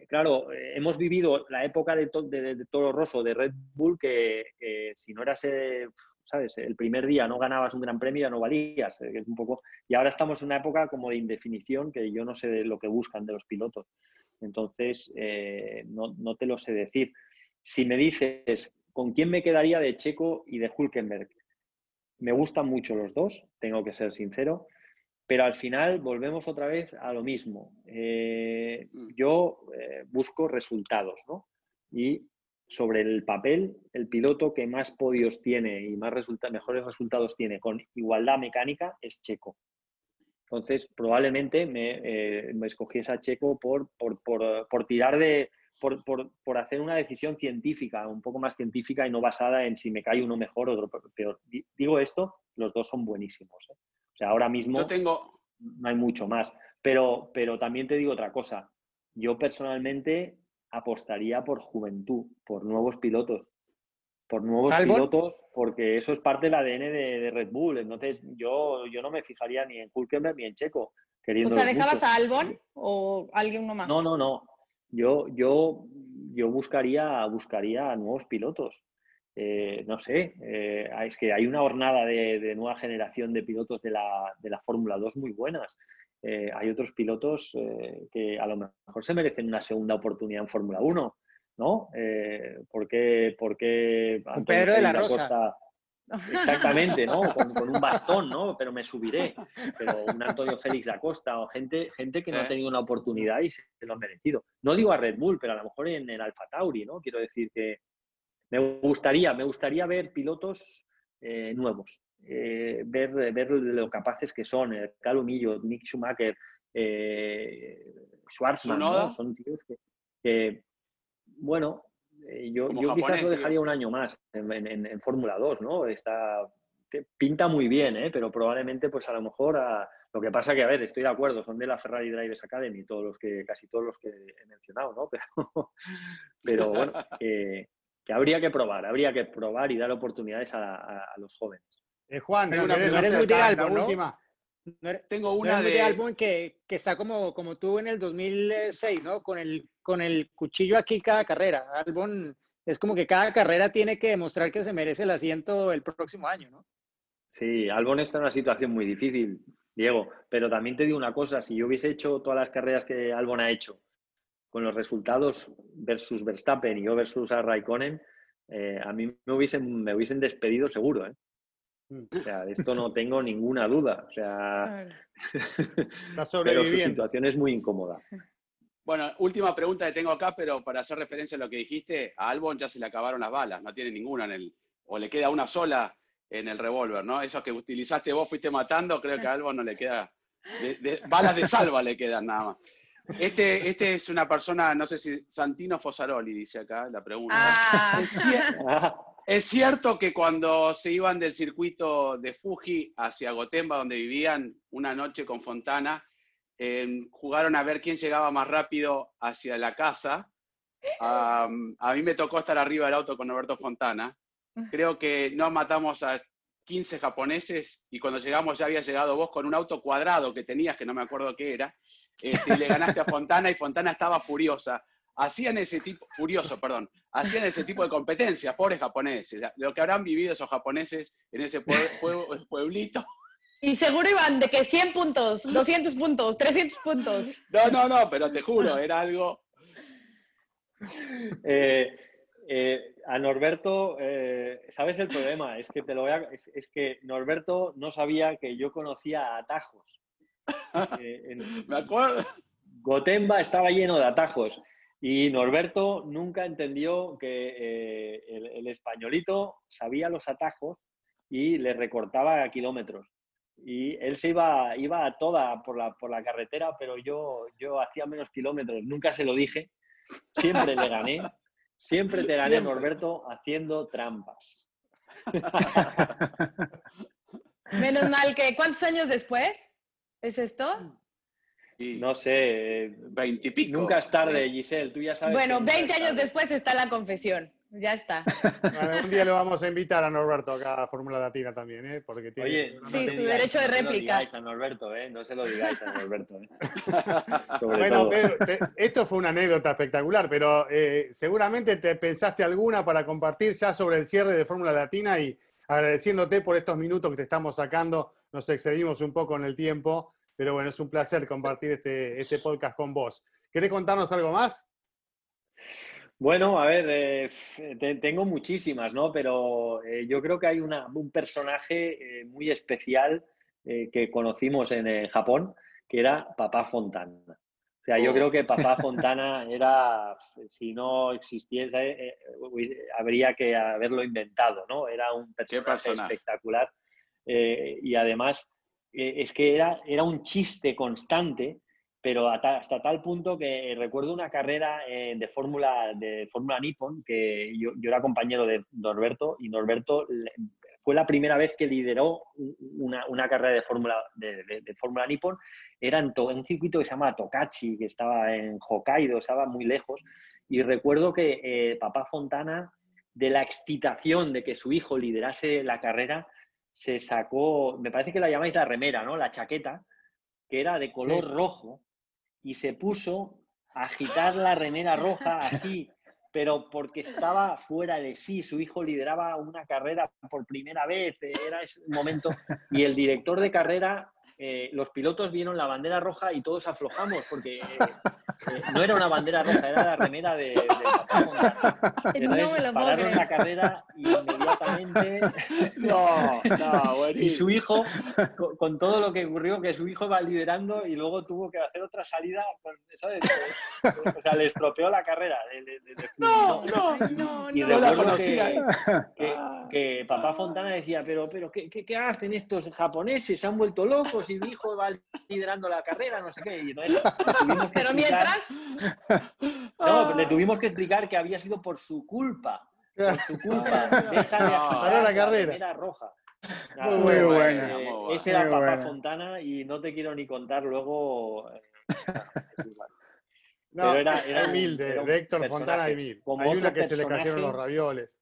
claro, eh, hemos vivido la época de, to, de, de Toro Rosso, de Red Bull, que eh, si no eras, eh, ¿sabes? El primer día no ganabas un gran premio, ya no valías. Eh, es un poco... Y ahora estamos en una época como de indefinición, que yo no sé de lo que buscan de los pilotos. Entonces, eh, no, no te lo sé decir. Si me dices, ¿con quién me quedaría de Checo y de Hülkenberg? Me gustan mucho los dos, tengo que ser sincero. Pero al final volvemos otra vez a lo mismo. Eh, yo eh, busco resultados, ¿no? Y sobre el papel, el piloto que más podios tiene y más resulta mejores resultados tiene con igualdad mecánica es Checo. Entonces, probablemente me, eh, me escogiese a Checo por, por, por, por tirar de... Por, por, por hacer una decisión científica, un poco más científica y no basada en si me cae uno mejor o otro peor. Digo esto, los dos son buenísimos, ¿eh? O sea, ahora mismo yo tengo... no hay mucho más. Pero, pero también te digo otra cosa. Yo personalmente apostaría por juventud, por nuevos pilotos. Por nuevos ¿Albon? pilotos, porque eso es parte del A D N de, de Red Bull. Entonces, yo, yo no me fijaría ni en Hülkenberg ni en Checo. O sea, ¿dejabas mucho. a Albon o alguien uno más? No, no, no. Yo, yo, yo buscaría, buscaría nuevos pilotos. Eh, no sé, eh, es que hay una hornada de, de nueva generación de pilotos de la, de la Fórmula dos muy buenas. Eh, hay otros pilotos eh, que a lo mejor se merecen una segunda oportunidad en Fórmula uno, ¿no? Eh, ¿por qué, por qué Con Pedro de la Rosa? Costa? Exactamente, ¿no? Con, con un bastón, ¿no? Pero me subiré. Pero un Antonio Félix da Costa o gente, gente que no ha tenido una oportunidad y se lo ha merecido. No digo a Red Bull, pero a lo mejor en el Alfa Tauri, ¿no? Quiero decir que me gustaría, me gustaría ver pilotos eh, nuevos, eh, ver, ver lo capaces que son, eh, Calum Millo, Mick Schumacher, eh, Schwarzman, ¿no? Son tíos que, que bueno, eh, yo, yo quizás lo dejaría un año más en, en, en Fórmula dos, ¿no? Está, pinta muy bien, ¿eh? Pero probablemente, pues a lo mejor, a, lo que pasa que, a ver, estoy de acuerdo, son de la Ferrari Drivers Academy, todos los que, casi todos los que he mencionado, ¿no? Pero, pero bueno, eh, que habría que probar, habría que probar y dar oportunidades a, a, a los jóvenes. Eh, Juan, pero una, no eres muy de Albon, ¿no? Última. No eres, Tengo una no de... de Albon que, que está como, como tú en el dos mil seis, ¿no? Con el, con el cuchillo aquí cada carrera. Albon es como que cada carrera tiene que demostrar que se merece el asiento el próximo año, ¿no? Sí, Albon está en una situación muy difícil, Diego, pero también te digo una cosa, si yo hubiese hecho todas las carreras que Albon ha hecho con los resultados versus Verstappen y yo versus a Raikkonen, eh, a mí me hubiesen, me hubiesen despedido seguro, ¿eh? O sea, de esto no tengo ninguna duda. O sea, pero su situación es muy incómoda. Bueno, última pregunta que tengo acá, pero para hacer referencia a lo que dijiste, a Albon ya se le acabaron las balas, no tiene ninguna en el, o le queda una sola en el revólver, ¿no? Esos que utilizaste vos, fuiste matando, creo que a Albon no le queda, de, de, balas de salva le quedan nada más. Este, este es una persona, no sé si, Santino Fosaroli, dice acá la pregunta. Ah. ¿Es, cier ¿Es cierto que cuando se iban del circuito de Fuji hacia Gotemba, donde vivían, una noche con Fontana, eh, jugaron a ver quién llegaba más rápido hacia la casa? Um, a mí me tocó estar arriba del auto con Norberto Fontana. Creo que no matamos a quince japoneses y cuando llegamos ya había llegado vos con un auto cuadrado que tenías, que no me acuerdo qué era, este, y le ganaste a Fontana y Fontana estaba furiosa. Hacían ese tipo, furioso, perdón, hacían ese tipo de competencias, pobres japoneses, lo que habrán vivido esos japoneses en ese pue pue pueblito. Y seguro iban de que cien puntos, doscientos puntos, trescientos puntos. No, no, no, pero te juro, era algo... Eh, eh, a Norberto, eh, ¿sabes el problema? Es que, te lo voy a, es, es que Norberto no sabía que yo conocía atajos. Eh, en, Me acuerdo. Gotemba estaba lleno de atajos. Y Norberto nunca entendió que eh, el, el españolito sabía los atajos y le recortaba a kilómetros. Y él se iba, iba a toda por la, por la carretera, pero yo, yo hacía menos kilómetros. Nunca se lo dije. Siempre le gané. Siempre te gané, siempre. Norberto, haciendo trampas. Menos mal que... ¿Cuántos años después es esto? No sé, veintipico. Nunca es tarde, Giselle, tú ya sabes. Bueno, veinte años después está la confesión. Ya está. Bueno, un día lo vamos a invitar a Norberto acá a Fórmula Latina también, ¿eh? Porque tiene... Oye, no Sí, te su digáis, derecho de no se lo réplica. digáis a Norberto, ¿eh? No se lo digáis a Norberto, ¿eh? Sobre Bueno, todo. Pedro, te- esto fue una anécdota espectacular, pero eh, seguramente te pensaste alguna para compartir ya sobre el cierre de Fórmula Latina y agradeciéndote por estos minutos que te estamos sacando. Nos excedimos un poco en el tiempo, pero bueno, es un placer compartir este, este podcast con vos. ¿Querés contarnos algo más? Bueno, a ver, eh, te- tengo muchísimas, ¿no? Pero eh, yo creo que hay una- un personaje eh, muy especial eh, que conocimos en eh, Japón, que era Papá Fontana. O sea, yo Oh. creo que Papá Fontana era, si no existiese, eh, eh, habría que haberlo inventado, ¿no? Era un personaje, personaje. espectacular. Eh, y además, eh, es que era, era un chiste constante, pero a ta- hasta tal punto que recuerdo una carrera eh, de Fórmula de Fórmula Nippon, que yo, yo era compañero de Norberto, y Norberto le- fue la primera vez que lideró un- una, una carrera de Fórmula de, de- de Fórmula Nippon. Era en, to- en un circuito que se llama Tokachi, que estaba en Hokkaido, estaba muy lejos, y recuerdo que eh, Papá Fontana, de la excitación de que su hijo liderase la carrera, se sacó, me parece que la llamáis la remera, ¿no? La chaqueta, que era de color Sí. rojo, y se puso a agitar la remera roja así, pero porque estaba fuera de sí. Su hijo lideraba una carrera por primera vez, era ese momento, y el director de carrera, eh, los pilotos vieron la bandera roja y todos aflojamos, porque eh, eh, no era una bandera roja, era la remera de, de Papá Fontana. No me Entonces lo puedo pararon creer. la carrera inmediatamente. No, no, Y buenísimo. su hijo, con, con todo lo que ocurrió, que su hijo va liderando y luego tuvo que hacer otra salida, con, ¿sabes? O sea, le estropeó la carrera. Le, le- le fulminó. No, Ay, no, Y no. No la recuerdo conocía. que, que, que Papá Fontana decía, pero, pero ¿qué, qué, qué hacen estos japoneses? Se han vuelto locos y mi hijo va liderando la carrera, no sé qué. Y entonces le tuvimos que Pero explicar, mientras, no, le tuvimos que explicar que había sido por su culpa. Por su culpa. Deja de No. agitar Paró la la carrera. remera roja. Muy Muy bueno. buena. muy Eh, bueno. ese era Muy Papá buena. Fontana y no te quiero ni contar luego. eh, es igual. No, Pero era- era hay un- mil, de, era un de Héctor personaje. Fontana hay mil. Como Hay otro una que se le personaje- cayeron los ravioles.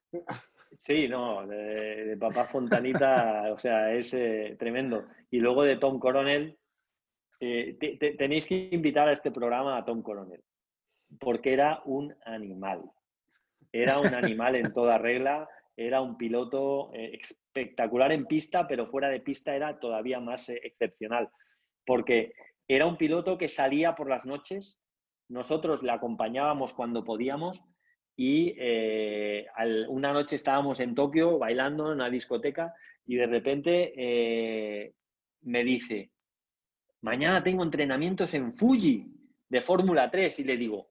Sí, no, de, de Papá Fontanita, o sea, es eh, tremendo. Y luego de Tom Coronel, eh, te- te- tenéis que invitar a este programa a Tom Coronel, porque era un animal. Era un animal en toda regla, era un piloto eh, espectacular en pista, pero fuera de pista era todavía más eh, excepcional, porque era un piloto que salía por las noches, nosotros le acompañábamos cuando podíamos y eh, al- una noche estábamos en Tokio bailando en una discoteca y de repente eh, me dice, mañana tengo entrenamientos en Fuji de Fórmula tres y le digo,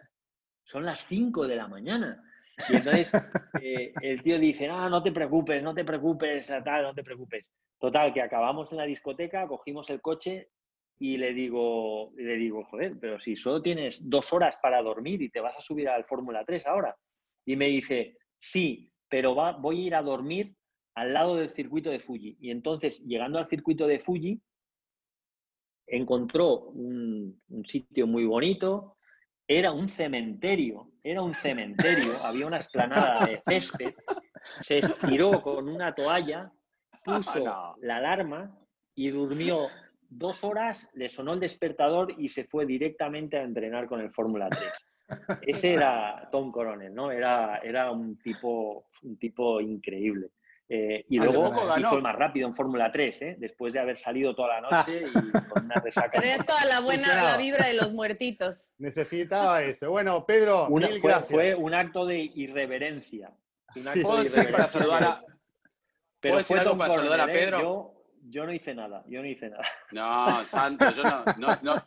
son las cinco de la mañana. Y entonces eh, el tío dice, no, no te preocupes, no te preocupes, tal, no te preocupes. Total, que acabamos en la discoteca, cogimos el coche y le digo, le digo, joder, pero si solo tienes dos horas para dormir y te vas a subir al Fórmula tres ahora. Y me dice, sí, pero va, voy a ir a dormir al lado del circuito de Fuji. Y entonces, llegando al circuito de Fuji, encontró un, un sitio muy bonito. Era un cementerio, era un cementerio, había una explanada de césped, se estiró con una toalla, puso No. la alarma y durmió dos horas, le sonó el despertador y se fue directamente a entrenar con el Fórmula tres. Ese era Tom Coronel, ¿no? Era, era un tipo, un tipo increíble. Eh, y Hace luego poco sí ganó. fue el más rápido en Fórmula tres, ¿eh? Después de haber salido toda la noche y con una resaca. trae toda la buena, Funcionaba. la vibra de los muertitos. Necesitaba eso. Bueno, Pedro, Una- mil fue, gracias. fue un acto de irreverencia. Un Sí. acto ¿Puedo de decir para irreverencia. saludar a, Pero ¿puedo decir fue algo Tom para saludar a Coronel, ¿eh? Pedro? Yo, yo no hice nada, yo no hice nada. No, santo, yo no, no, no.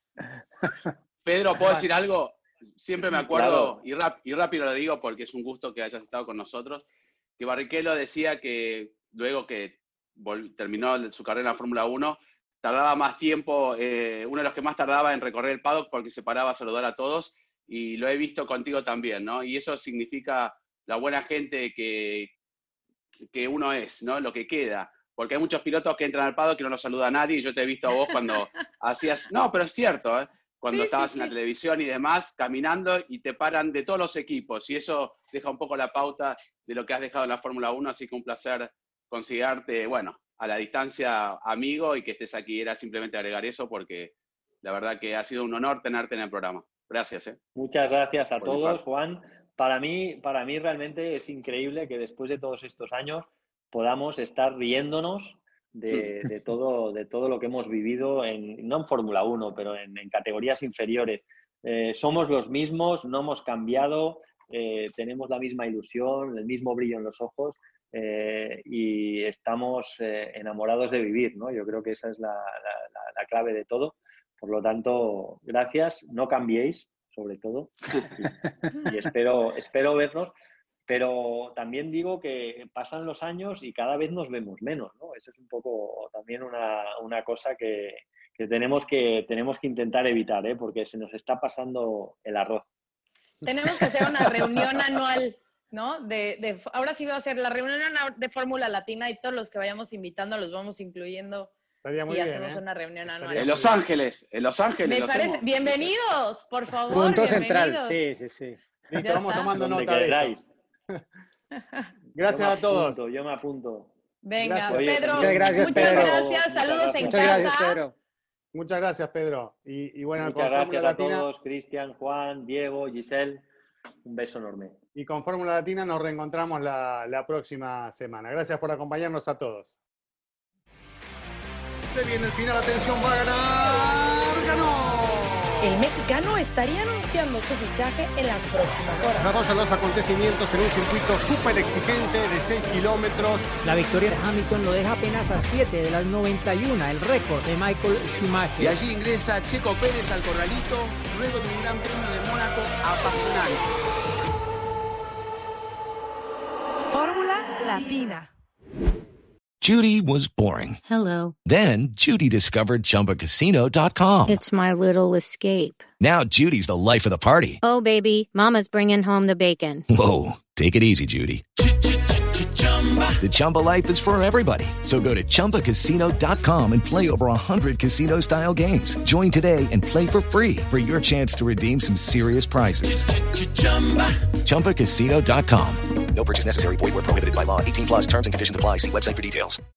Pedro, ¿puedo decir algo? Siempre me acuerdo, Claro. y, rap- y rápido lo digo porque es un gusto que hayas estado con nosotros, que Barrichello decía que luego que vol- terminó su carrera en la Fórmula uno, tardaba más tiempo, eh, uno de los que más tardaba en recorrer el paddock porque se paraba a saludar a todos, y lo he visto contigo también, ¿no? Y eso significa la buena gente que, que uno es, ¿no? Lo que queda. Porque hay muchos pilotos que entran al paddock que no los saluda a nadie, y yo te he visto a vos cuando hacías... No, pero es cierto, ¿eh? cuando Sí, estabas sí, en la sí. televisión y demás, caminando y te paran de todos los equipos. Y eso deja un poco la pauta de lo que has dejado en la Fórmula uno, así que un placer considerarte, bueno, a la distancia amigo y que estés aquí. Era simplemente agregar eso porque la verdad que ha sido un honor tenerte en el programa. Gracias. ¿eh? Muchas gracias a Por mi todos, parte. Juan. Para mí, para mí realmente es increíble que después de todos estos años podamos estar riéndonos de, de todo, de todo lo que hemos vivido, en, no en Fórmula uno, pero en, en categorías inferiores. Eh, somos los mismos, no hemos cambiado, eh, tenemos la misma ilusión, el mismo brillo en los ojos eh, y estamos eh, enamorados de vivir, ¿no? Yo creo que esa es la, la, la, la clave de todo. Por lo tanto, gracias, no cambiéis, sobre todo, y, y espero, espero vernos, pero también digo que pasan los años y cada vez nos vemos menos, ¿no? Eso es un poco también una, una cosa que, que, tenemos que tenemos que intentar evitar, ¿eh? Porque se nos está pasando el arroz. Tenemos que hacer una reunión anual, ¿no? De, de, ahora sí va a ser la reunión de Fórmula Latina y todos los que vayamos invitando los vamos incluyendo. Estaría muy y bien, hacemos ¿eh? una reunión anual. En Los Ángeles, en Los Ángeles. Me parece, bienvenidos, por favor. Punto bienvenidos. central, sí, sí, sí. Listo, Ya vamos está. tomando Donde nota de queráis. eso. Gracias a todos. Apunto, yo me apunto. Venga, Gracias. Oye, Pedro, muchas gracias, muchas Pedro. gracias, Muchas saludos gracias. en Muchas casa. gracias, Pedro. Muchas gracias, Pedro. Y, y bueno, Muchas con Fórmula gracias a Latina, todos, Cristian, Juan, Diego, Giselle. Un beso enorme. y con Fórmula Latina nos reencontramos la, la próxima semana. Gracias por acompañarnos a todos. Se viene el final, atención, va a ganar, ganó. El mexicano estaría anunciando su fichaje en las próximas horas. Desarrolla los acontecimientos en un circuito súper exigente de seis kilómetros. La victoria de Hamilton lo deja apenas a siete de las noventa y uno, el récord de Michael Schumacher. Y allí ingresa Checo Pérez al corralito luego de un gran premio de Mónaco apasionante. Fórmula Latina. Judy was boring. Hello. Then Judy discovered Chumba Casino dot com. It's my little escape. Now Judy's the life of the party. Oh, baby, mama's bringing home the bacon. Whoa, take it easy, Judy. The Chumba life is for everybody. So go to Chumba Casino dot com and play over one hundred casino-style games. Join today and play for free for your chance to redeem some serious prizes. Chumba Casino dot com. No purchase necessary. Void where prohibited by law. eighteen plus terms and conditions apply. See website for details.